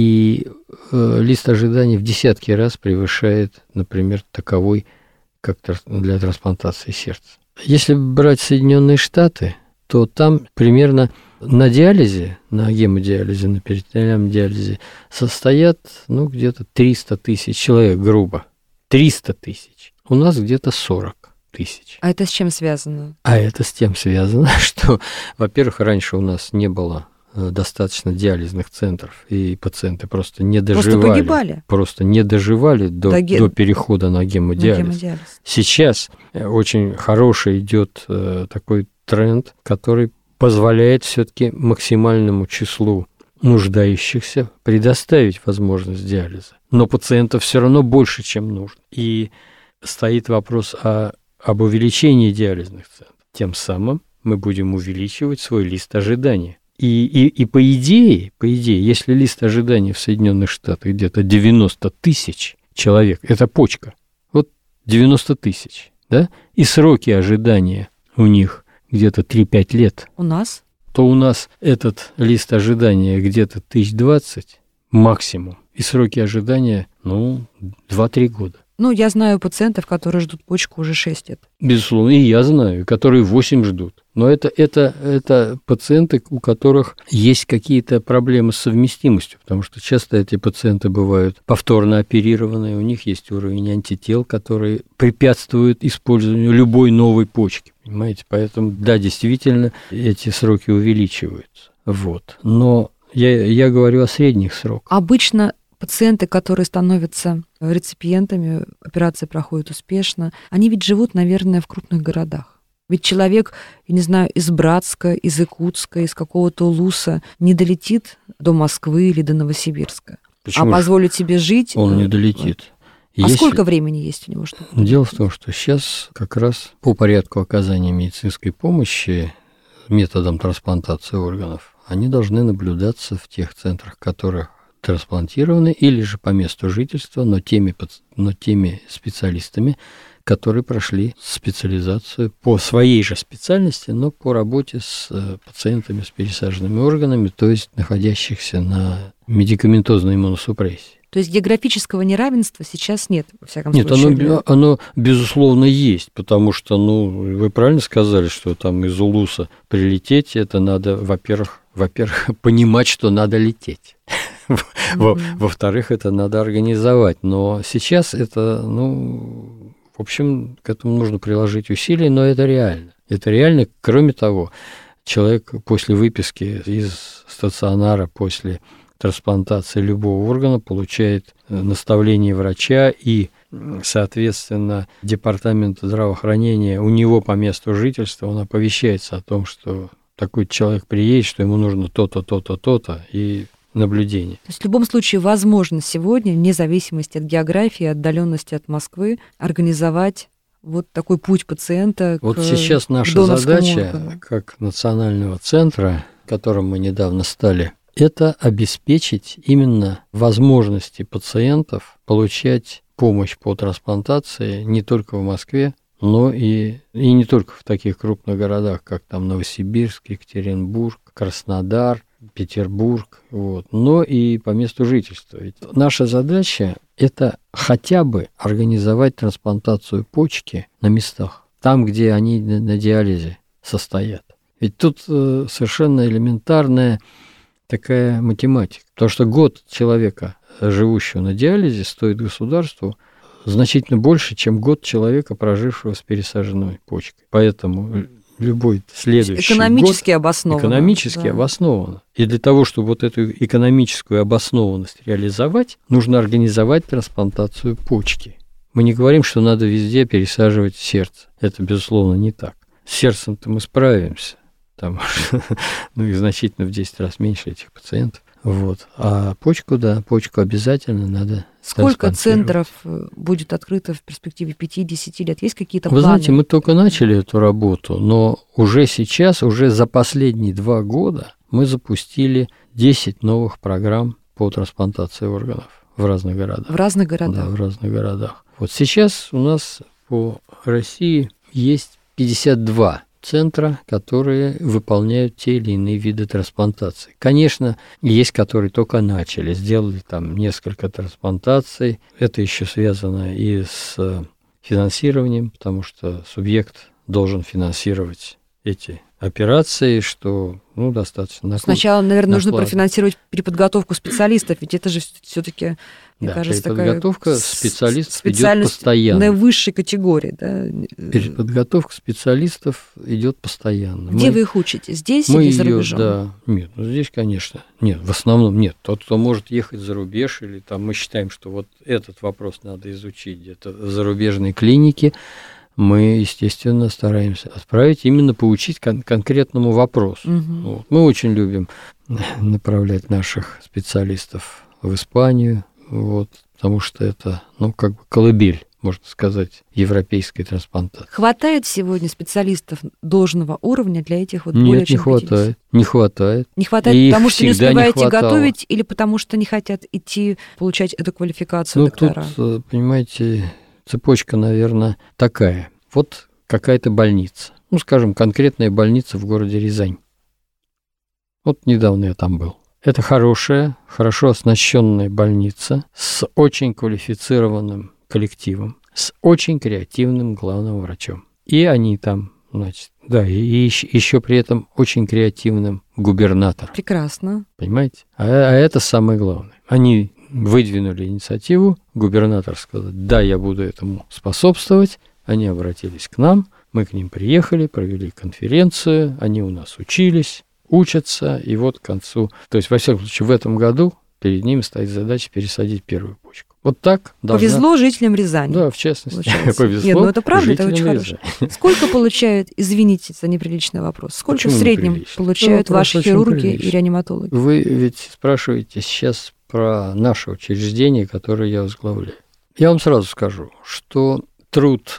Speaker 5: и лист ожидания в десятки раз превышает, например, таковой, как для трансплантации сердца. Если брать Соединенные Штаты, то там примерно на диализе, на гемодиализе, на перитонеальном диализе состоят, где-то 300 тысяч человек, грубо. 300 тысяч. У нас где-то 40 тысяч.
Speaker 4: А это с чем связано?
Speaker 5: А это с тем связано, что, во-первых, раньше у нас не было достаточно диализных центров, и пациенты просто не доживали. Просто не доживали до перехода на гемодиализ. Сейчас очень хороший идет такой тренд, который позволяет все-таки максимальному числу нуждающихся предоставить возможность диализа. Но пациентов все равно больше, чем нужно. И стоит вопрос об увеличении диализных центров. Тем самым мы будем увеличивать свой лист ожидания. И по идее, если лист ожидания в Соединенных Штатах где-то 90 тысяч человек, это почка, вот 90 тысяч, да, и сроки ожидания у них где-то 3-5 лет.
Speaker 4: У нас?
Speaker 5: То у нас этот лист ожидания где-то 1020 максимум, и сроки ожидания, 2-3 года.
Speaker 4: Я знаю пациентов, которые ждут почку уже 6 лет.
Speaker 5: Безусловно, и я знаю, которые 8 ждут. Но это пациенты, у которых есть какие-то проблемы с совместимостью, потому что часто эти пациенты бывают повторно оперированные, у них есть уровень антител, который препятствует использованию любой новой почки, понимаете? Поэтому, да, действительно, эти сроки увеличиваются. Вот. Но я говорю о средних сроках.
Speaker 4: Обычно пациенты, которые становятся реципиентами, операция проходит успешно, они ведь живут, наверное, в крупных городах. Ведь человек, я не знаю, из Братска, из Якутска, из какого-то Улуса не долетит до Москвы или до Новосибирска.
Speaker 5: Почему
Speaker 4: позволит себе жить...
Speaker 5: Он не долетит.
Speaker 4: Сколько времени есть у него?
Speaker 5: Дело в том, что сейчас как раз по порядку оказания медицинской помощи методом трансплантации органов они должны наблюдаться в тех центрах, которые трансплантированы, или же по месту жительства, но теми специалистами, которые прошли специализацию по своей же специальности, но по работе с пациентами с пересаженными органами, то есть находящихся на медикаментозной иммуносупрессии.
Speaker 4: То есть географического неравенства сейчас нет, во всяком случае?
Speaker 5: Нет, оно безусловно есть, потому что, вы правильно сказали, что там из Улуса прилететь, это надо, во-первых, понимать, что надо лететь. Во-вторых, это надо организовать. Но сейчас это, в общем, к этому нужно приложить усилия, но это реально. Это реально. Кроме того, человек после выписки из стационара, после трансплантации любого органа получает наставление врача и, соответственно, департамент здравоохранения у него по месту жительства, он оповещается о том, что такой человек приедет, что ему нужно то-то, то-то, то-то, и наблюдение.
Speaker 4: То есть в любом случае возможно сегодня, вне зависимости от географии, отдаленности от Москвы, организовать вот такой путь пациента
Speaker 5: вот
Speaker 4: к
Speaker 5: сейчас наша задача,
Speaker 4: органу.
Speaker 5: как национального центра, которым мы недавно стали, это обеспечить именно возможности пациентов получать помощь по трансплантации не только в Москве, но и не только в таких крупных городах, как там Новосибирск, Екатеринбург, Краснодар, Петербург, но и по месту жительства. Ведь наша задача – это хотя бы организовать трансплантацию почки на местах, там, где они на диализе состоят. Ведь тут совершенно элементарная такая математика. Потому что год человека, живущего на диализе, стоит государству значительно больше, чем год человека, прожившего с пересаженной почкой. Поэтому любой следующий
Speaker 4: экономически
Speaker 5: год
Speaker 4: обосновано.
Speaker 5: Экономически обосновано. И для того, чтобы вот эту экономическую обоснованность реализовать, нужно организовать трансплантацию почки. Мы не говорим, что надо везде пересаживать сердце. Это, безусловно, не так. С сердцем-то мы справимся. Там, их значительно в 10 раз меньше этих пациентов. А почку обязательно надо.
Speaker 4: Сколько центров будет открыто в перспективе 5-10 лет? Есть какие-то планы?
Speaker 5: Вы знаете, мы только начали эту работу, но уже сейчас, уже за последние 2 года мы запустили 10 новых программ по трансплантации органов в разных городах.
Speaker 4: В разных городах?
Speaker 5: Да, в разных городах. Вот сейчас у нас по России есть 52 центра, которые выполняют те или иные виды трансплантации. Конечно, есть, которые только начали, сделали там несколько трансплантаций. Это еще связано и с финансированием, потому что субъект должен финансировать эти операции, что достаточно.
Speaker 4: Сначала, наверное, нужно профинансировать переподготовку специалистов, ведь это же все-таки, мне кажется,
Speaker 5: переподготовка специалистов идет постоянно.
Speaker 4: Высшей категории, да?
Speaker 5: Переподготовка специалистов идет постоянно.
Speaker 4: Где вы их учите? Здесь или за рубежом?
Speaker 5: Да, нет, здесь, конечно, нет, в основном нет. Тот, кто может ехать за рубеж, или там мы считаем, что вот этот вопрос надо изучить где-то в зарубежной клинике, мы, естественно, стараемся отправить, именно поучить конкретному вопросу.
Speaker 4: Угу.
Speaker 5: Мы очень любим направлять наших специалистов в Испанию, потому что это, колыбель можно сказать, европейской трансплантации.
Speaker 4: Хватает сегодня специалистов должного уровня для этих вот более
Speaker 5: Нет,
Speaker 4: чем
Speaker 5: не хватает.
Speaker 4: 50?
Speaker 5: Не хватает.
Speaker 4: Не хватает,
Speaker 5: И
Speaker 4: потому что не
Speaker 5: всегда не
Speaker 4: успеваете
Speaker 5: хватало.
Speaker 4: готовить или потому что не хотят идти получать эту квалификацию доктора?
Speaker 5: Тут, понимаете, цепочка, наверное, такая. Вот какая-то больница. Ну, скажем, конкретная больница в городе Рязань. Вот недавно я там был. Это хорошая, хорошо оснащенная больница с очень квалифицированным коллективом, с очень креативным главным врачом. И они там, значит, да, и еще при этом очень креативным губернатором.
Speaker 4: Прекрасно.
Speaker 5: Понимаете? А это самое главное. Они выдвинули инициативу, губернатор сказал, да, я буду этому способствовать. Они обратились к нам, мы к ним приехали, провели конференцию, они у нас учились, учатся, и вот к концу, то есть, во всяком случае, в этом году перед ними стоит задача пересадить первую почку. Вот так должна...
Speaker 4: Повезло жителям Рязани.
Speaker 5: Да, в частности,
Speaker 4: получается.
Speaker 5: повезло.
Speaker 4: Нет, ну это правда, это
Speaker 5: жителям
Speaker 4: очень
Speaker 5: Рязани.
Speaker 4: хорошо. Сколько получают, извините за неприличный вопрос, сколько
Speaker 5: Почему
Speaker 4: в среднем
Speaker 5: неприлично?
Speaker 4: получают
Speaker 5: Ну,
Speaker 4: ваши
Speaker 5: вопрос очень
Speaker 4: хирурги
Speaker 5: приличный.
Speaker 4: и реаниматологи?
Speaker 5: Вы ведь спрашиваете сейчас про наше учреждение, которое я возглавляю. Я вам сразу скажу, что труд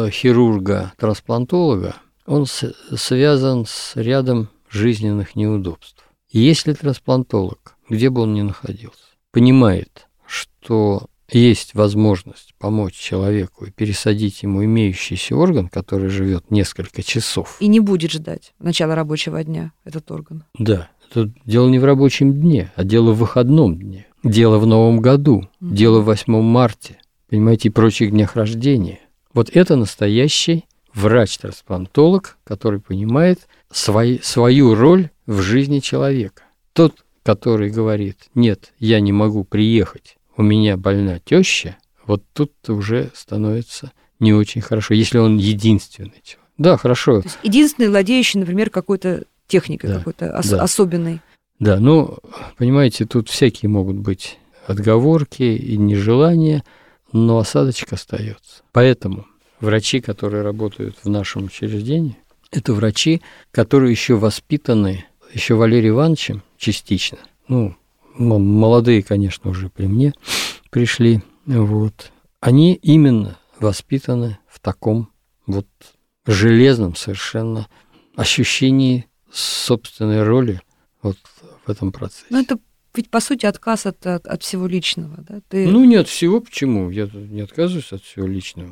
Speaker 5: хирурга-трансплантолога, он связан с рядом жизненных неудобств. И если трансплантолог, где бы он ни находился, понимает, что есть возможность помочь человеку и пересадить ему имеющийся орган, который живет несколько часов.
Speaker 4: И не будет ждать начала рабочего дня этот орган.
Speaker 5: Да, это дело не в рабочем дне, а дело в выходном дне, дело в Новом году, дело в 8 марте, понимаете, и прочих днях рождения. Вот это настоящий врач-трансплантолог, который понимает свою роль в жизни человека. Тот, который говорит, нет, я не могу приехать, у меня больна теща, вот тут уже становится не очень хорошо, если он единственный человек. Да, хорошо.
Speaker 4: То есть единственный владеющий, например, какой-то техникой,
Speaker 5: Да,
Speaker 4: какой-то
Speaker 5: да.
Speaker 4: особенной.
Speaker 5: Да, ну, понимаете, тут всякие могут быть отговорки и нежелания, но осадочек остается. Поэтому врачи, которые работают в нашем учреждении, это врачи, которые еще воспитаны еще Валерием Ивановичем частично. Ну, молодые, конечно, уже при мне пришли. Вот. Они именно воспитаны в таком вот железном совершенно ощущении собственной роли вот в этом процессе.
Speaker 4: Ну, это ведь, по сути, отказ от всего личного. Да?
Speaker 5: Ну, не от всего. Почему? Я не отказываюсь от всего личного.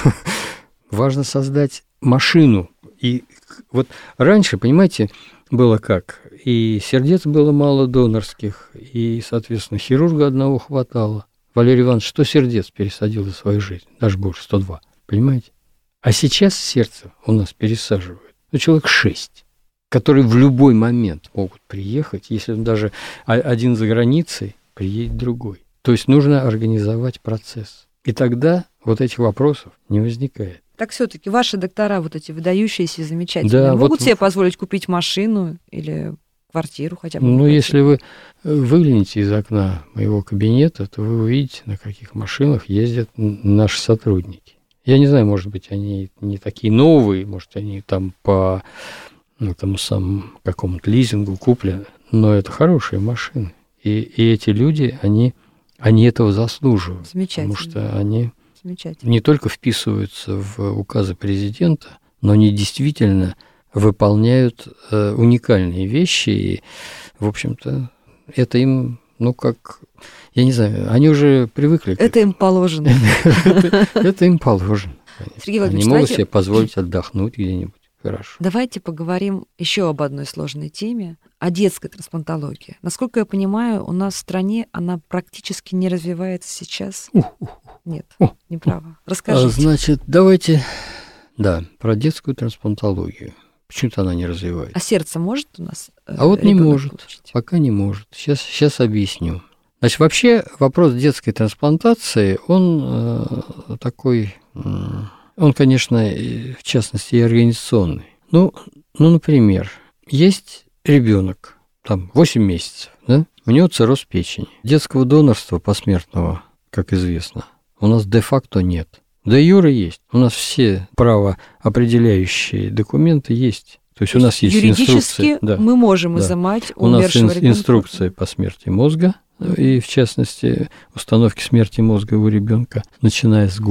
Speaker 5: Важно создать машину. И вот раньше, понимаете, было как? И сердец было мало донорских, и, соответственно, хирурга одного хватало. Валерий Иванович 100 сердец пересадил за свою жизнь, даже больше, 102, понимаете? А сейчас сердце у нас пересаживают, ну, человек 6, которые в любой момент могут приехать, если даже один за границей, приедет другой. То есть нужно организовать процесс. И тогда вот этих вопросов не возникает.
Speaker 4: Так все-таки ваши доктора, вот эти выдающиеся и замечательные,
Speaker 5: Да,
Speaker 4: могут
Speaker 5: вот
Speaker 4: себе позволить купить машину или квартиру хотя бы?
Speaker 5: Ну, если вы выглянете из окна моего кабинета, то вы увидите, на каких машинах ездят наши сотрудники. Я не знаю, может быть, они не такие новые, может, они там по тому самому какому-то лизингу куплены, но это хорошие машины. И эти люди, они этого заслуживают.
Speaker 4: Замечательно.
Speaker 5: Потому что они
Speaker 4: Замечательно.
Speaker 5: не только вписываются в указы президента, но они действительно выполняют уникальные вещи. И, в общем-то, это им, ну, как, я не знаю, они уже привыкли к
Speaker 4: Это им положено.
Speaker 5: Это им положено.
Speaker 4: Сергей
Speaker 5: Они
Speaker 4: Владимирович,
Speaker 5: могут
Speaker 4: давайте-
Speaker 5: себе позволить отдохнуть где-нибудь. Хорошо.
Speaker 4: Давайте поговорим еще об одной сложной теме, о детской трансплантологии. Насколько я понимаю, у нас в стране она практически не развивается сейчас. Нет, неправо. Расскажите.
Speaker 5: Значит, давайте, да, про детскую трансплантологию. Почему-то она не развивается.
Speaker 4: А сердце может у нас?
Speaker 5: А вот не
Speaker 4: ребенок
Speaker 5: может,
Speaker 4: получить?
Speaker 5: пока не может. Сейчас объясню. Значит, вообще вопрос детской трансплантации, он такой, он, конечно, в частности, и организационный. Ну, например, есть ребенок, там, 8 месяцев, да? У него цирроз печени. Детского донорства посмертного, как известно, у нас де-факто нет. Де юре есть. У нас все правоопределяющие документы есть. То есть у нас есть
Speaker 4: юридически
Speaker 5: инструкция. Да.
Speaker 4: мы можем
Speaker 5: Да.
Speaker 4: изымать
Speaker 5: У нас
Speaker 4: умершего ребенка.
Speaker 5: инструкция по смерти мозга, и в частности установки смерти мозга у ребенка, начиная с года.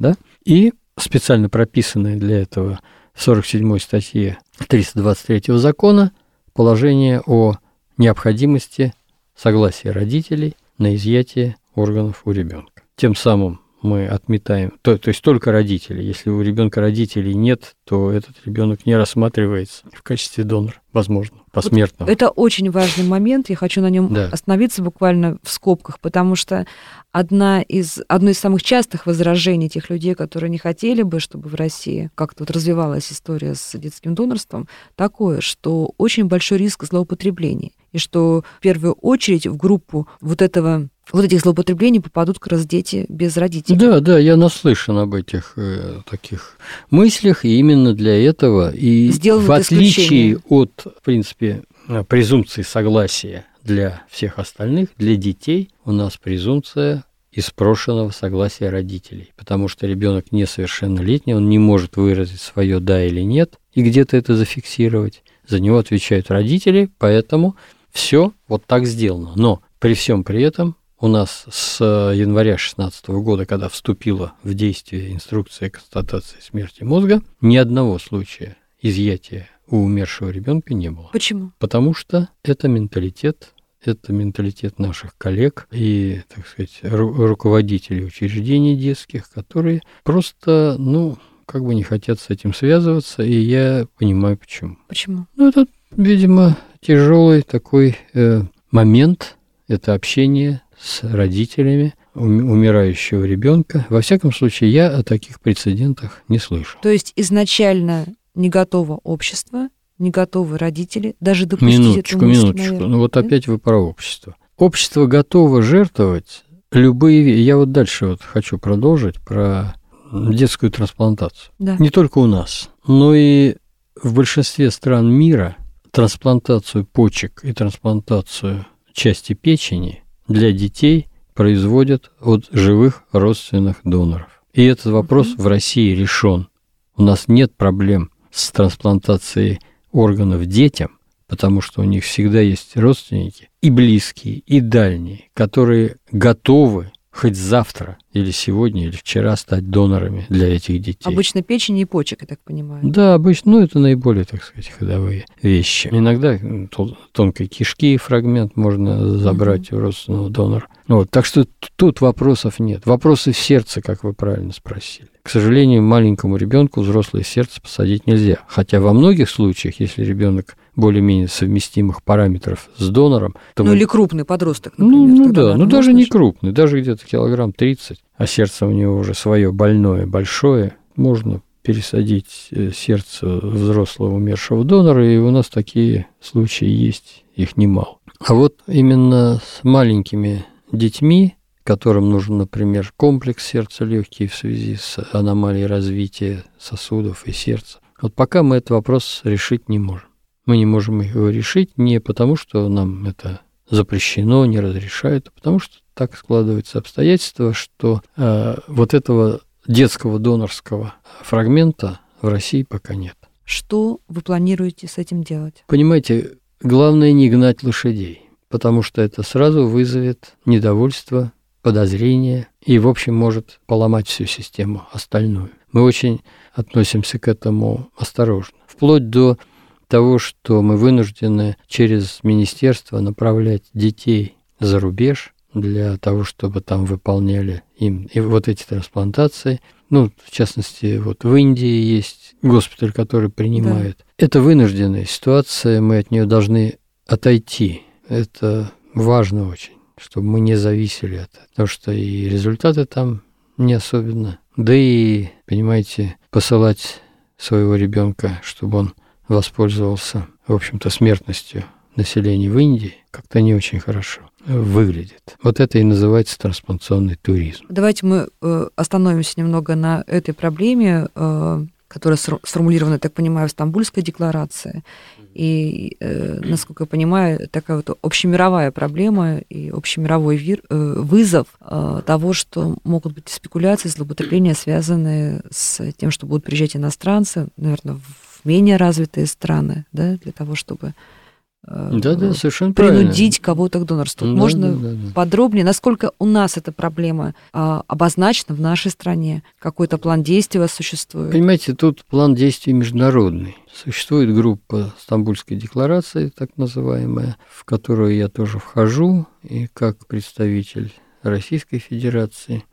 Speaker 5: да? И специально прописанное для этого в 47-й статье 323 закона положение о необходимости согласия родителей на изъятие органов у ребенка. Тем самым мы отметаем, то есть только родители. Если у ребенка родителей нет, то этот ребенок не рассматривается в качестве донора, возможно, посмертного.
Speaker 4: Вот это очень важный момент, я хочу на нем остановиться буквально в скобках, потому что одно из самых частых возражений тех людей, которые не хотели бы, чтобы в России как-то вот развивалась история с детским донорством, такое, что очень большой риск злоупотреблений, и что в первую очередь в группу вот этих злоупотреблений попадут как раз дети без родителей.
Speaker 5: Да, я наслышан об этих таких мыслях, и именно для этого, и в отличие от, в принципе, презумпции согласия для всех остальных, для детей у нас презумпция испрошенного согласия родителей, потому что ребенок несовершеннолетний, он не может выразить свое «да» или «нет», и где-то это зафиксировать. За него отвечают родители, поэтому все вот так сделано. Но при всем при этом у нас с января 2016 года, когда вступила в действие инструкция констатации смерти мозга, ни одного случая изъятия у умершего ребенка не было.
Speaker 4: Почему?
Speaker 5: Потому что это менталитет наших коллег и, так сказать, руководителей учреждений детских, которые просто, не хотят с этим связываться, и я понимаю, почему.
Speaker 4: Почему?
Speaker 5: Это, видимо, тяжелый такой момент, это общение с родителями умирающего ребенка. Во всяком случае, я о таких прецедентах не слышал.
Speaker 4: То есть изначально не готово общество, не готовы родители, даже допустить эту мысль,
Speaker 5: наверное. Опять вы про общество. Общество готово жертвовать любые... Я дальше хочу продолжить про детскую трансплантацию.
Speaker 4: Да.
Speaker 5: Не только у нас, но и в большинстве стран мира трансплантацию почек и трансплантацию части печени для детей производят от живых родственных доноров. И этот вопрос в России решен. У нас нет проблем с трансплантацией органов детям, потому что у них всегда есть родственники, и близкие, и дальние, которые готовы хоть завтра, или сегодня, или вчера стать донорами для этих детей.
Speaker 4: Обычно печени и почек, я так понимаю.
Speaker 5: Да, обычно, это наиболее, так сказать, ходовые вещи. Иногда тонкой кишки фрагмент можно забрать у родственного донора. Так что тут вопросов нет. Вопросы в сердце, как вы правильно спросили. К сожалению, маленькому ребенку взрослое сердце посадить нельзя. Хотя во многих случаях, если ребенок более-менее совместимых параметров с донором... То
Speaker 4: или крупный подросток, например.
Speaker 5: Даже не крупный, даже где-то килограмм 30, а сердце у него уже свое больное, большое, можно пересадить сердце взрослого умершего донора, и у нас такие случаи есть, их немало. А именно с маленькими детьми, которым нужен, например, комплекс сердца-легкие в связи с аномалией развития сосудов и сердца, пока мы этот вопрос решить не можем. Мы не можем его решить не потому, что нам это запрещено, не разрешают, а потому что так складываются обстоятельства, что этого детского донорского фрагмента в России пока нет.
Speaker 4: Что вы планируете с этим делать?
Speaker 5: Понимаете, главное не гнать лошадей, потому что это сразу вызовет недовольство, подозрение и, в общем, может поломать всю систему остальную. Мы очень относимся к этому осторожно. Вплоть до того, что мы вынуждены через министерство направлять детей за рубеж для того, чтобы там выполняли им и эти трансплантации. В частности, в Индии есть госпиталь, который принимает. Да. Это вынужденная ситуация, мы от нее должны отойти. Это важно очень, чтобы мы не зависели от этого, потому что и результаты там не особенно. Да и, понимаете, посылать своего ребенка, чтобы он воспользовался, в общем-то, смертностью населения в Индии, как-то не очень хорошо выглядит. Это и называется трансплантационный туризм.
Speaker 4: Давайте мы остановимся немного на этой проблеме, которая сформулирована, я так понимаю, в Стамбульской декларации. И, насколько я понимаю, такая общемировая проблема и общемировой вызов того, что могут быть спекуляции, злоупотребления, связанные с тем, что будут приезжать иностранцы, наверное, в менее развитые страны, да, для того, чтобы
Speaker 5: совершенно
Speaker 4: принудить кого-то к донорству.
Speaker 5: Да,
Speaker 4: Можно подробнее, насколько у нас эта проблема обозначена в нашей стране? Какой-то план действий у вас существует?
Speaker 5: Понимаете, тут план действий международный. Существует группа Стамбульской декларации, так называемая, в которую я тоже вхожу, и как представитель Российской Федерации.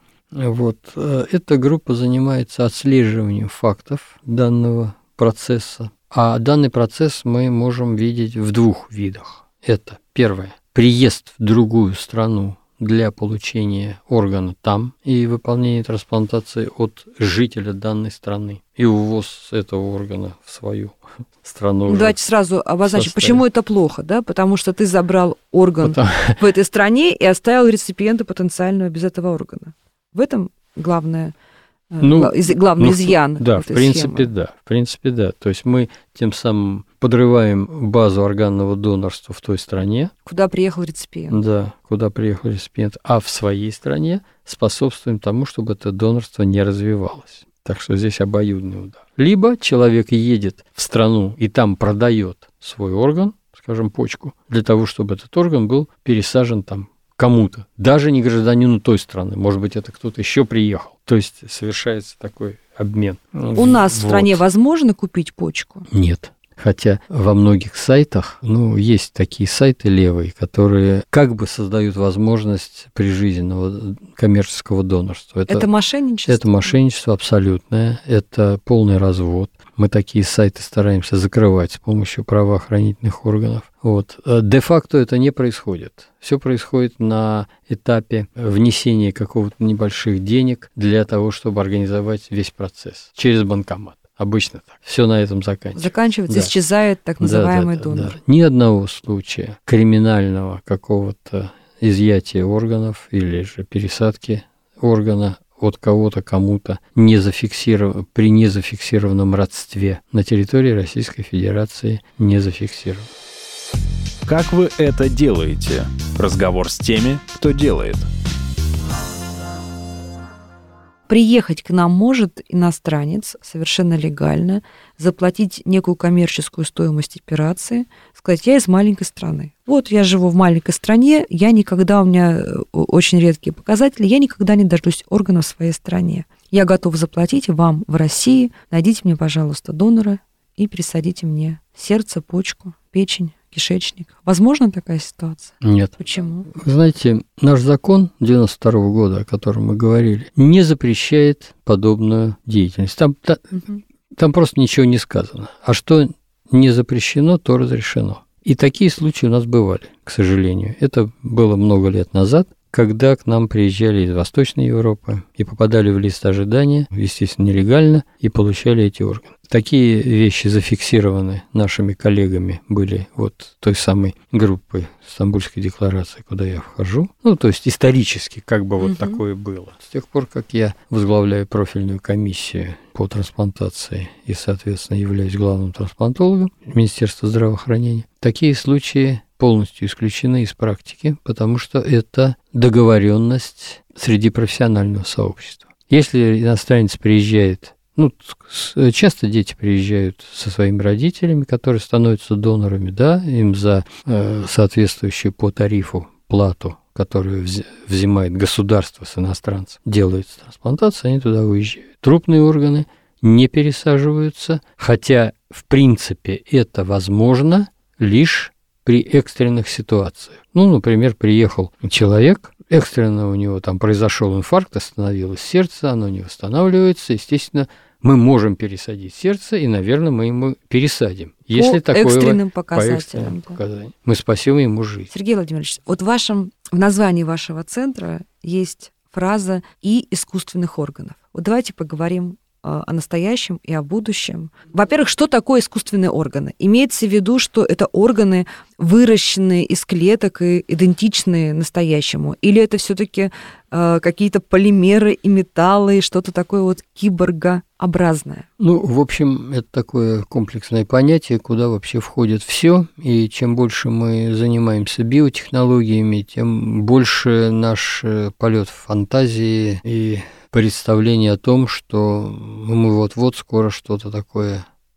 Speaker 5: Эта группа занимается отслеживанием фактов данного процесса. А данный процесс мы можем видеть в двух видах. Это первое. Приезд в другую страну для получения органа там и выполнения трансплантации от жителя данной страны и увоз этого органа в свою страну.
Speaker 4: Давайте сразу обозначим, почему это плохо, да? Потому что ты забрал орган в этой стране и оставил реципиента потенциального без этого органа. В этом главный изъян.
Speaker 5: Да, в принципе, да. То есть мы тем самым подрываем базу органного донорства в той стране.
Speaker 4: Куда приехал реципиент.
Speaker 5: Да, куда приехал реципиент. А в своей стране способствуем тому, чтобы это донорство не развивалось. Так что здесь обоюдный удар. Либо человек едет в страну и там продает свой орган, скажем, почку, для того, чтобы этот орган был пересажен там кому-то, даже не гражданину той страны, может быть, это кто-то еще приехал. То есть совершается такой обмен.
Speaker 4: У нас в стране возможно купить почку?
Speaker 5: Нет. Хотя во многих сайтах, есть такие сайты левые, которые как бы создают возможность прижизненного коммерческого донорства.
Speaker 4: Это мошенничество?
Speaker 5: Это мошенничество абсолютное, это полный развод. Мы такие сайты стараемся закрывать с помощью правоохранительных органов. Де-факто это не происходит. Все происходит на этапе внесения какого-то небольших денег для того, чтобы организовать весь процесс через банкомат. Обычно так. Все на этом заканчивается.
Speaker 4: Исчезает так называемый донор.
Speaker 5: Да. Ни одного случая криминального какого-то изъятия органов или же пересадки органа от кого-то кому-то при незафиксированном родстве на территории Российской Федерации не зафиксировано.
Speaker 2: Как вы это делаете? Разговор с теми, кто делает.
Speaker 4: Приехать к нам может иностранец совершенно легально, заплатить некую коммерческую стоимость операции, сказать, я из маленькой страны. Я живу в маленькой стране, у меня очень редкие показатели, я никогда не дождусь органа в своей стране. Я готов заплатить вам в России, найдите мне, пожалуйста, донора и пересадите мне сердце, почку, печень, кишечник. Возможна такая ситуация?
Speaker 5: Нет.
Speaker 4: Почему?
Speaker 5: Вы знаете, наш закон 92 года, о котором мы говорили, не запрещает подобную деятельность. Там просто ничего не сказано. А что не запрещено, то разрешено. И такие случаи у нас бывали, к сожалению. Это было много лет назад, когда к нам приезжали из Восточной Европы и попадали в лист ожидания, естественно, нелегально, и получали эти органы. Такие вещи зафиксированы нашими коллегами, были той самой группой Стамбульской декларации, куда я вхожу. То есть исторически такое было. С тех пор, как я возглавляю профильную комиссию по трансплантации и, соответственно, являюсь главным трансплантологом Министерства здравоохранения, такие случаи полностью исключены из практики, потому что это договоренность среди профессионального сообщества. Если иностранец приезжает, часто дети приезжают со своими родителями, которые становятся донорами, им за соответствующую по тарифу плату, которую взимает государство с иностранцем, делается трансплантация, они туда уезжают. Трупные органы не пересаживаются, хотя, в принципе, это возможно лишь при экстренных ситуациях. Например, приехал человек, экстренно у него там произошел инфаркт, остановилось сердце, оно не восстанавливается, естественно, мы можем пересадить сердце, и, наверное, мы ему пересадим. Если
Speaker 4: по экстренным показателям.
Speaker 5: Мы спасем ему жизнь.
Speaker 4: Сергей Владимирович, в названии вашего центра есть фраза «и искусственных органов». Давайте поговорим о настоящем и о будущем. Во-первых, что такое искусственные органы? Имеется в виду, что это органы, выращенные из клеток и идентичные настоящему? Или это все-таки какие-то полимеры и металлы, и что-то такое киборгообразное?
Speaker 5: В общем, это такое комплексное понятие, куда вообще входит все. И чем больше мы занимаемся биотехнологиями, тем больше наш полет фантазии и представление о том, что мы вот-вот скоро что-то такое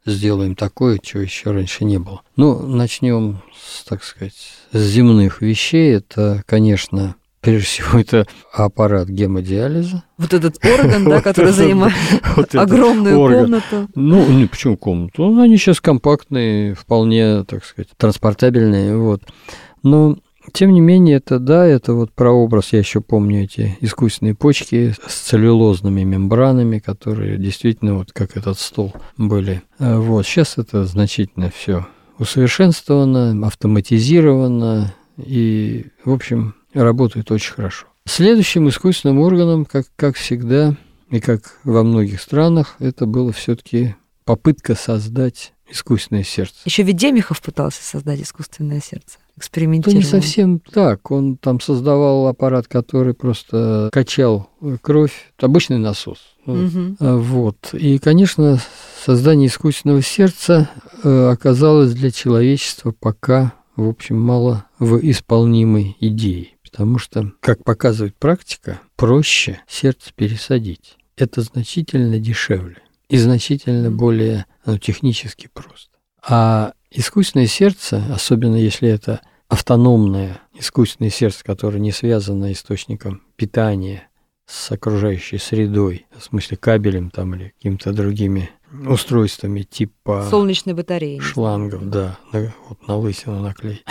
Speaker 5: сделаем такое, чего еще раньше не было. Ну, начнем, так сказать, с земных вещей. Это, конечно, прежде всего, это аппарат гемодиализа.
Speaker 4: Вот этот орган, да, который занимает огромную комнату.
Speaker 5: Ну, почему комнату? Они сейчас компактные, вполне, так сказать, транспортабельные. Вот. Но, тем не менее, это вот прообраз, я еще помню эти искусственные почки с целлюлозными мембранами, которые действительно вот как этот стол были. Вот. Сейчас это значительно все усовершенствовано, автоматизировано и, в общем, работает очень хорошо. Следующим искусственным органом, как всегда, и как во многих странах, это было все-таки попытка создать искусственное сердце.
Speaker 4: Еще ведь Демихов пытался создать искусственное сердце, экспериментировал.
Speaker 5: Это не совсем так. Он там создавал аппарат, который просто качал кровь. Это обычный насос. Вот. И, конечно, создание искусственного сердца оказалось для человечества пока, в общем, мало исполнимой идеей. Потому что, как показывает практика, проще сердце пересадить. Это значительно дешевле и значительно более технически просто. А искусственное сердце, особенно если это автономное искусственное сердце, которое не связано источником питания с окружающей средой, в смысле кабелем там или какими-то другими устройствами типа
Speaker 4: солнечной батареи,
Speaker 5: шлангов, да, вот на лысину наклей.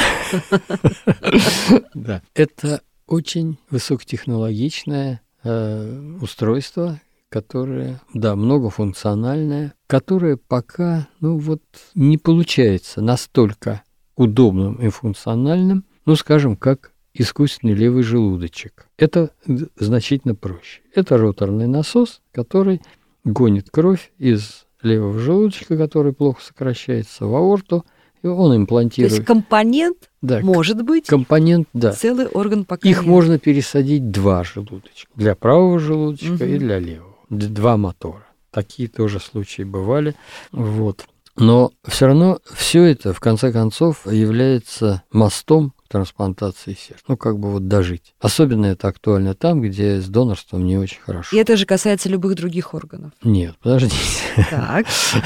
Speaker 5: Да, это очень высокотехнологичное устройство, которое, да, многофункциональное, которое пока, не получается настолько удобным и функциональным, скажем, как искусственный левый желудочек. Это значительно проще. Это роторный насос, который гонит кровь из левого желудочка, который плохо сокращается, в аорту, и он имплантирует.
Speaker 4: То есть компонент, да, может быть,
Speaker 5: компонент, да.
Speaker 4: Целый орган пока
Speaker 5: Их
Speaker 4: нет.
Speaker 5: можно пересадить два желудочка. Для правого желудочка и для левого. Два мотора. Такие тоже случаи бывали. Вот. Но все равно все это, в конце концов, является мостом к трансплантации сердца. Дожить. Особенно это актуально там, где с донорством не очень хорошо.
Speaker 4: И это же касается любых других органов.
Speaker 5: Нет, подождите.
Speaker 4: Так.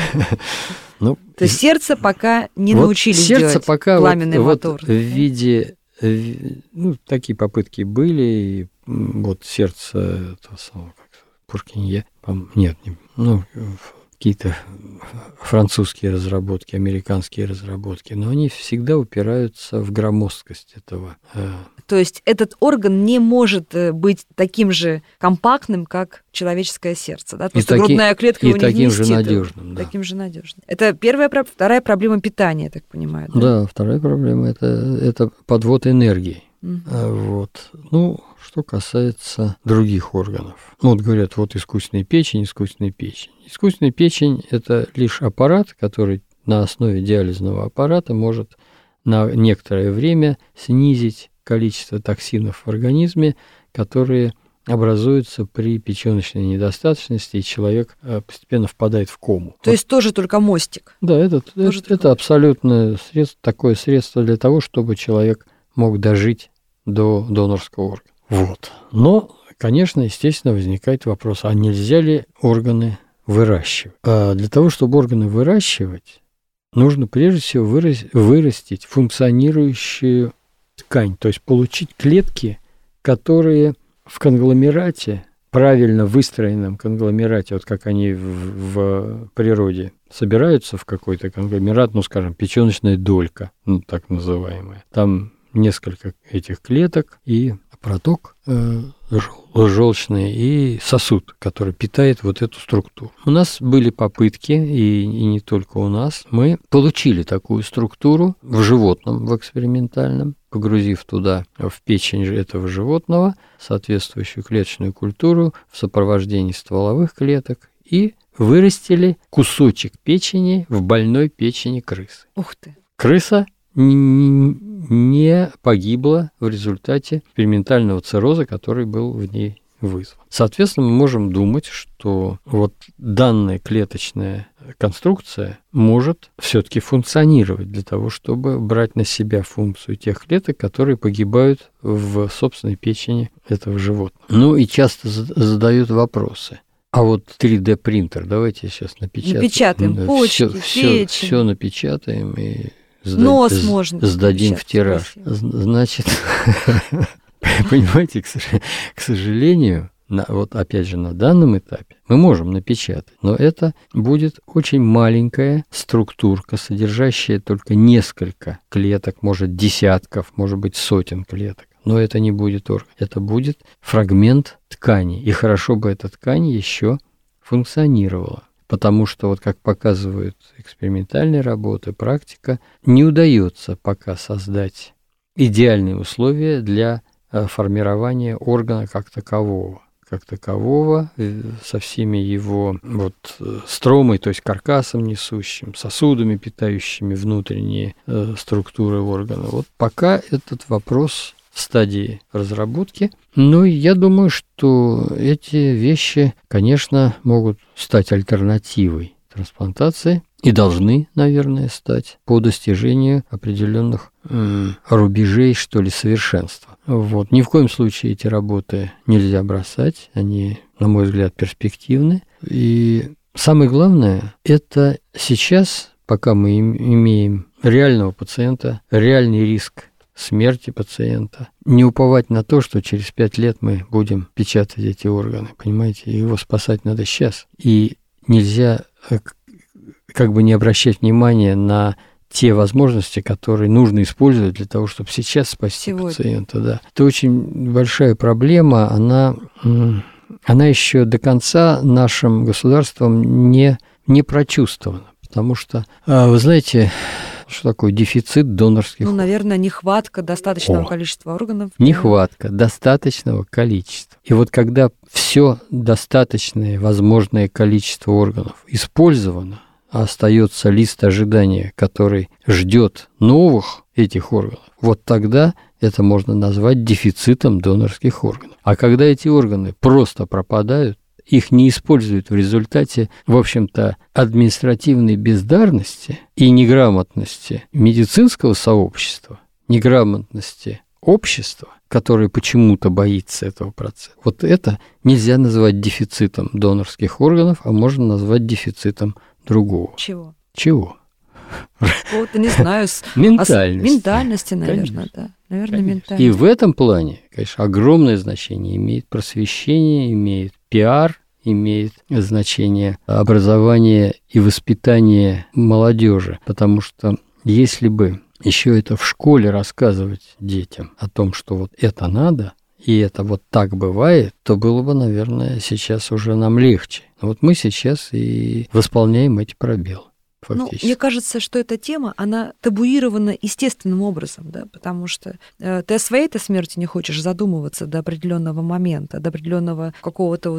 Speaker 4: То есть сердце пока не научились делать
Speaker 5: пока
Speaker 4: пламенный мотор.
Speaker 5: В виде... такие попытки были. И сердце этого самого, Пуркинье. Нет, какие-то французские разработки, американские разработки, но они всегда упираются в громоздкость этого.
Speaker 4: То есть этот орган не может быть таким же компактным, как человеческое сердце, да? Потому что грудная клетка его не вместит.
Speaker 5: И таким же надежным.
Speaker 4: Таким же надежным. Это первая, вторая проблема питания, я так понимаю.
Speaker 5: Да, вторая проблема это подвод энергии. Вот. Что касается других органов. Говорят, искусственная печень. Искусственная печень – это лишь аппарат, который на основе диализного аппарата может на некоторое время снизить количество токсинов в организме, которые образуются при печёночной недостаточности, и человек постепенно впадает в кому.
Speaker 4: То есть тоже только мостик?
Speaker 5: Да, это абсолютно такое средство для того, чтобы человек мог дожить до донорского органа. Вот. Но, конечно, естественно, возникает вопрос, а нельзя ли органы выращивать? А для того, чтобы органы выращивать, нужно прежде всего вырастить функционирующую ткань, то есть получить клетки, которые в конгломерате, правильно выстроенном конгломерате, как они в природе собираются в какой-то конгломерат, скажем, печёночная долька, так называемая. Там несколько этих клеток и проток желчный и сосуд, который питает эту структуру. У нас были попытки, и не только у нас, мы получили такую структуру в животном, в экспериментальном, погрузив туда, в печень этого животного, соответствующую клеточную культуру в сопровождении стволовых клеток и вырастили кусочек печени в больной печени крысы.
Speaker 4: Ух ты!
Speaker 5: Крыса не погибла в результате экспериментального цирроза, который был в ней вызван. Соответственно, мы можем думать, что данная клеточная конструкция может все-таки функционировать для того, чтобы брать на себя функцию тех клеток, которые погибают в собственной печени этого животного. И часто задают вопросы. А вот 3D-принтер, давайте сейчас напечатаем.
Speaker 4: Напечатаем почки, печень.
Speaker 5: Все напечатаем и
Speaker 4: нос можно
Speaker 5: сдадим в тираж. Значит, понимаете, к сожалению, вот опять же на данном этапе мы можем напечатать, но это будет очень маленькая структурка, содержащая только несколько клеток, может десятков, может быть сотен клеток. Но это не будет орган, это будет фрагмент ткани. И хорошо бы эта ткань еще функционировала. Потому что, вот как показывают экспериментальные работы, практика, не удается пока создать идеальные условия для формирования органа как такового, со всеми его стромой, то есть каркасом несущим, сосудами, питающими внутренние структуры органа. Вот пока этот вопрос в стадии разработки. Но я думаю, что эти вещи, конечно, могут стать альтернативой трансплантации и должны, наверное, стать по достижению определенных рубежей, что ли, совершенства. Вот. Ни в коем случае эти работы нельзя бросать, они, на мой взгляд, перспективны. И самое главное, это сейчас, пока мы имеем реального пациента, реальный риск смерти пациента, не уповать на то, что через 5 лет мы будем печатать эти органы, понимаете, его спасать надо сейчас. И нельзя как бы не обращать внимания на те возможности, которые нужно использовать для того, чтобы сейчас спасти пациента. Да. Это очень большая проблема, она еще до конца нашим государством не прочувствована, потому что, вы знаете, что такое дефицит донорских органов?
Speaker 4: Наверное, нехватка достаточного количества органов.
Speaker 5: Нехватка достаточного количества. И вот когда все достаточное возможное количество органов использовано, а остается лист ожидания, который ждет новых этих органов, вот тогда это можно назвать дефицитом донорских органов. А когда эти органы просто пропадают, их не используют в результате, в общем-то, административной бездарности и неграмотности медицинского сообщества, неграмотности общества, которое почему-то боится этого процесса. Вот это нельзя назвать дефицитом донорских органов, а можно назвать дефицитом другого.
Speaker 4: Чего? Вот, не знаю. Ментальности, наверное, конечно. Да. Наверное, ментальность.
Speaker 5: И в этом плане, конечно, огромное значение имеет просвещение, имеет пиар, имеет значение образование и воспитание молодежи. Потому что если бы еще это в школе рассказывать детям о том, что вот это надо, и это вот так бывает, то было бы, наверное, сейчас уже нам легче. Но вот мы сейчас и восполняем эти пробелы.
Speaker 4: Мне кажется, что эта тема, она табуирована естественным образом, да, потому что ты о своей-то смерти не хочешь задумываться до определенного момента, до определенного какого-то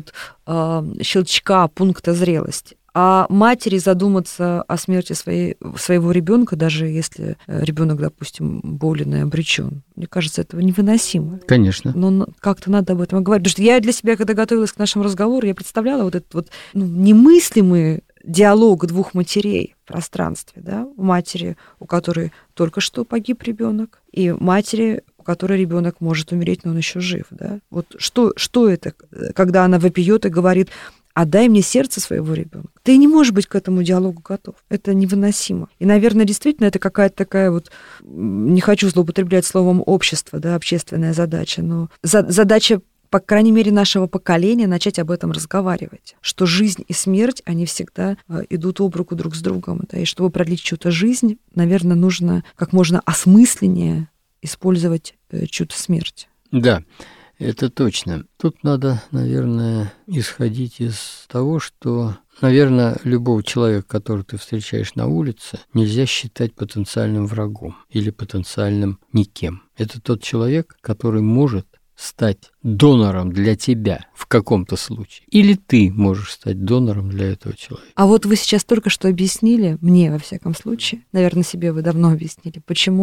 Speaker 4: щелчка, пункта зрелости. А матери задуматься о смерти своего ребенка, даже если ребенок, допустим, болен и обречен, мне кажется, этого невыносимо.
Speaker 5: Конечно.
Speaker 4: Но как-то надо об этом говорить. Потому что я для себя, когда готовилась к нашему разговору, я представляла вот этот немыслимый диалог двух матерей в пространстве, да, матери, у которой только что погиб ребенок, и матери, у которой ребенок может умереть, но он еще жив, да. Вот что это, когда она вопиет и говорит: «Отдай мне сердце своего ребенка». Ты не можешь быть к этому диалогу готов. Это невыносимо. И, наверное, действительно, это какая-то такая не хочу злоупотреблять словом общество, да, общественная задача, но задача, по крайней мере, нашего поколения начать об этом разговаривать, что жизнь и смерть, они всегда идут об руку друг с другом, да, и чтобы продлить чью-то жизнь, наверное, нужно как можно осмысленнее использовать чью-то смерть.
Speaker 5: Да, это точно. Тут надо, наверное, исходить из того, что, наверное, любого человека, которого ты встречаешь на улице, нельзя считать потенциальным врагом или потенциальным никем. Это тот человек, который может стать донором для тебя в каком-то случае. Или ты можешь стать донором для этого человека.
Speaker 4: А вот вы сейчас только что объяснили, мне, во всяком случае, наверное, себе вы давно объяснили, почему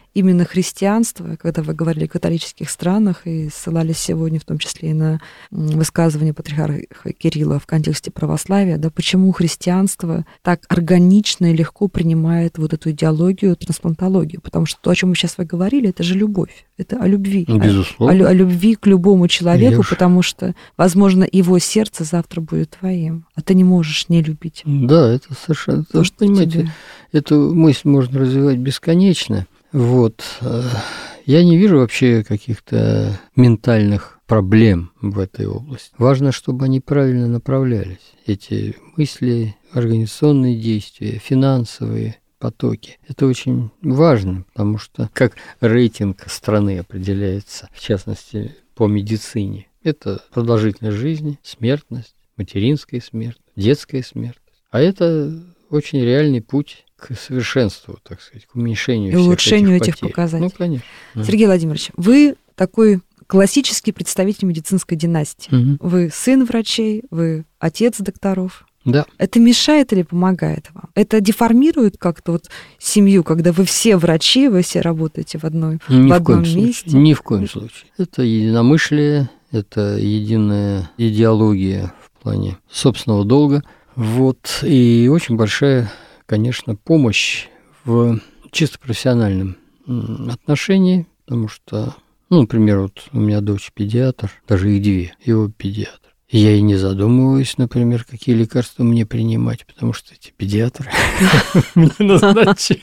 Speaker 4: именно христианство, когда вы говорили о католических странах и ссылались сегодня в том числе и на высказывание патриарха Кирилла в контексте православия, да, почему христианство так органично и легко принимает вот эту идеологию, трансплантологию? Потому что то, о чем мы сейчас вы говорили, это же любовь, это о любви.
Speaker 5: Безусловно.
Speaker 4: О любви к любому человеку, потому что, возможно, его сердце завтра будет твоим, а ты не можешь не любить.
Speaker 5: Да, это совершенно...
Speaker 4: То, что
Speaker 5: понимаете,
Speaker 4: тебе...
Speaker 5: эту мысль можно развивать бесконечно. Вот. Я не вижу вообще каких-то ментальных проблем в этой области. Важно, чтобы они правильно направлялись. Эти мысли, организационные действия, финансовые потоки. Это очень важно, потому что как рейтинг страны определяется, в частности, по медицине, это продолжительность жизни, смертность, материнская смертность, детская смертность. А это очень реальный путь к совершенству, так сказать, к уменьшению всех
Speaker 4: улучшению этих
Speaker 5: потерь.
Speaker 4: показателей.
Speaker 5: Ну, конечно.
Speaker 4: Сергей Владимирович, вы такой классический представитель медицинской династии.
Speaker 5: Угу.
Speaker 4: Вы сын врачей, вы отец докторов.
Speaker 5: Да.
Speaker 4: Это мешает или помогает вам? Это деформирует как-то вот семью, когда вы все врачи, вы все работаете в одном месте?
Speaker 5: Ни в коем случае. Это единомышлие, это единая идеология в плане собственного долга. Вот. И очень большая, конечно, помощь в чисто профессиональном отношении, потому что, ну, например, вот у меня дочь педиатр, даже их две, его педиатр. Я и не задумываюсь, например, какие лекарства мне принимать, потому что эти педиатры мне назначают.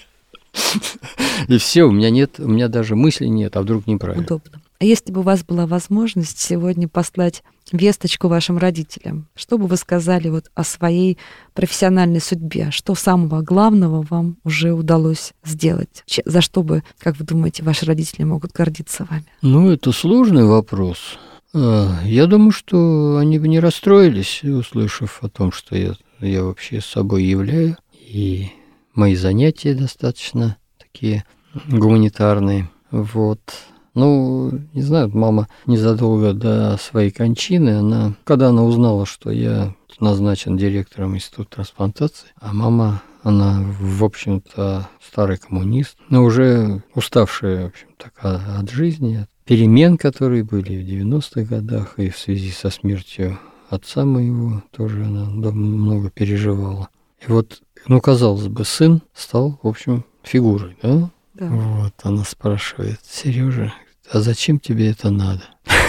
Speaker 5: И все, у меня даже мысли нет, а вдруг неправильно.
Speaker 4: Удобно. А если бы у вас была возможность сегодня послать весточку вашим родителям, что бы вы сказали вот о своей профессиональной судьбе? Что самого главного вам уже удалось сделать? За что бы, как вы думаете, ваши родители могут гордиться вами?
Speaker 5: Ну, это сложный вопрос. Я думаю, что они бы не расстроились, услышав о том, что я вообще собой являю, и мои занятия достаточно такие гуманитарные. Вот. Ну, не знаю, мама незадолго до своей кончины, когда она узнала, что я назначен директором Института трансплантации, а мама, она, в общем-то, старый коммунист, но уже уставшая, в общем, от жизни, от перемен, которые были в 90-х годах, и в связи со смертью отца моего тоже она много переживала. И вот, ну, казалось бы, сын стал, в общем, фигурой, да?
Speaker 4: Да.
Speaker 5: Вот, она спрашивает: Сережа, а зачем тебе это надо?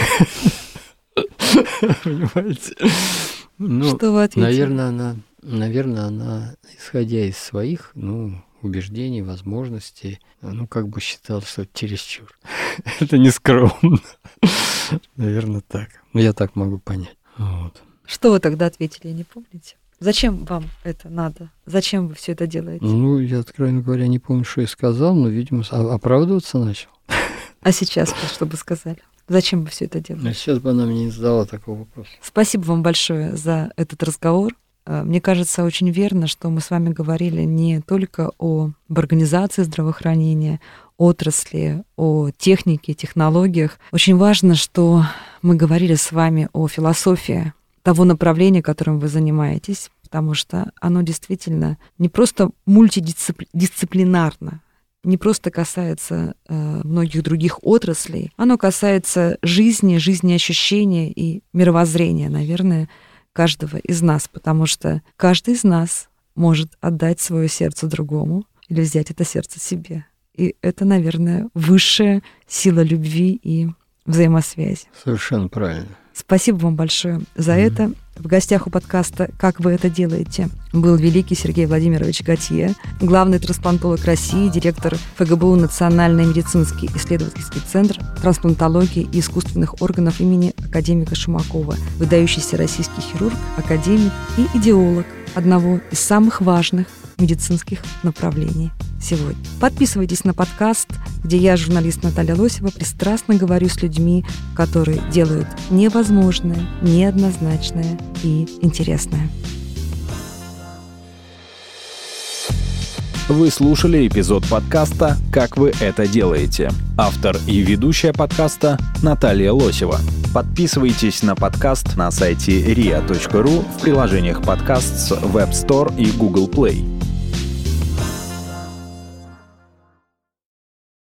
Speaker 5: Понимаете?
Speaker 4: Что вы ответили?
Speaker 5: Наверное, она, исходя из своих, убеждений, возможностей, как бы считала, что это чересчур. Это нескромно. Наверное, так. Я так могу понять. Вот.
Speaker 4: Что вы тогда ответили, не помните? Зачем вам это надо? Зачем вы все это делаете?
Speaker 5: Я, откровенно говоря, не помню, что я сказал, но, видимо, оправдываться начал.
Speaker 4: А сейчас что бы сказали? Зачем вы все это делаете?
Speaker 5: Сейчас бы она мне не задала такого вопроса.
Speaker 4: Спасибо вам большое за этот разговор. Мне кажется, очень верно, что мы с вами говорили не только об организации здравоохранения, отрасли, о технике, технологиях. Очень важно, что мы говорили с вами о философии того направления, которым вы занимаетесь, потому что оно действительно не просто мультидисциплинарно, не просто касается многих других отраслей, оно касается жизни, жизнеощущения и мировоззрения, наверное, каждого из нас, потому что каждый из нас может отдать свое сердце другому или взять это сердце себе. И это, наверное, высшая сила любви и взаимосвязи.
Speaker 5: Совершенно правильно.
Speaker 4: Спасибо вам большое за это. В гостях у подкаста «Как вы это делаете» был великий Сергей Владимирович Готье, главный трансплантолог России, директор ФГБУ «Национальный медицинский исследовательский центр трансплантологии и искусственных органов» имени академика Шумакова, выдающийся российский хирург, академик и идеолог одного из самых важных медицинских направлений сегодня. Подписывайтесь на подкаст, где я, журналист Наталья Лосева, пристрастно говорю с людьми, которые делают невозможное, неоднозначное и интересное.
Speaker 2: Вы слушали эпизод подкаста «Как вы это делаете». Автор и ведущая подкаста Наталья Лосева. Подписывайтесь на подкаст на сайте ria.ru, в приложениях подкаст с Web Store и Google Play.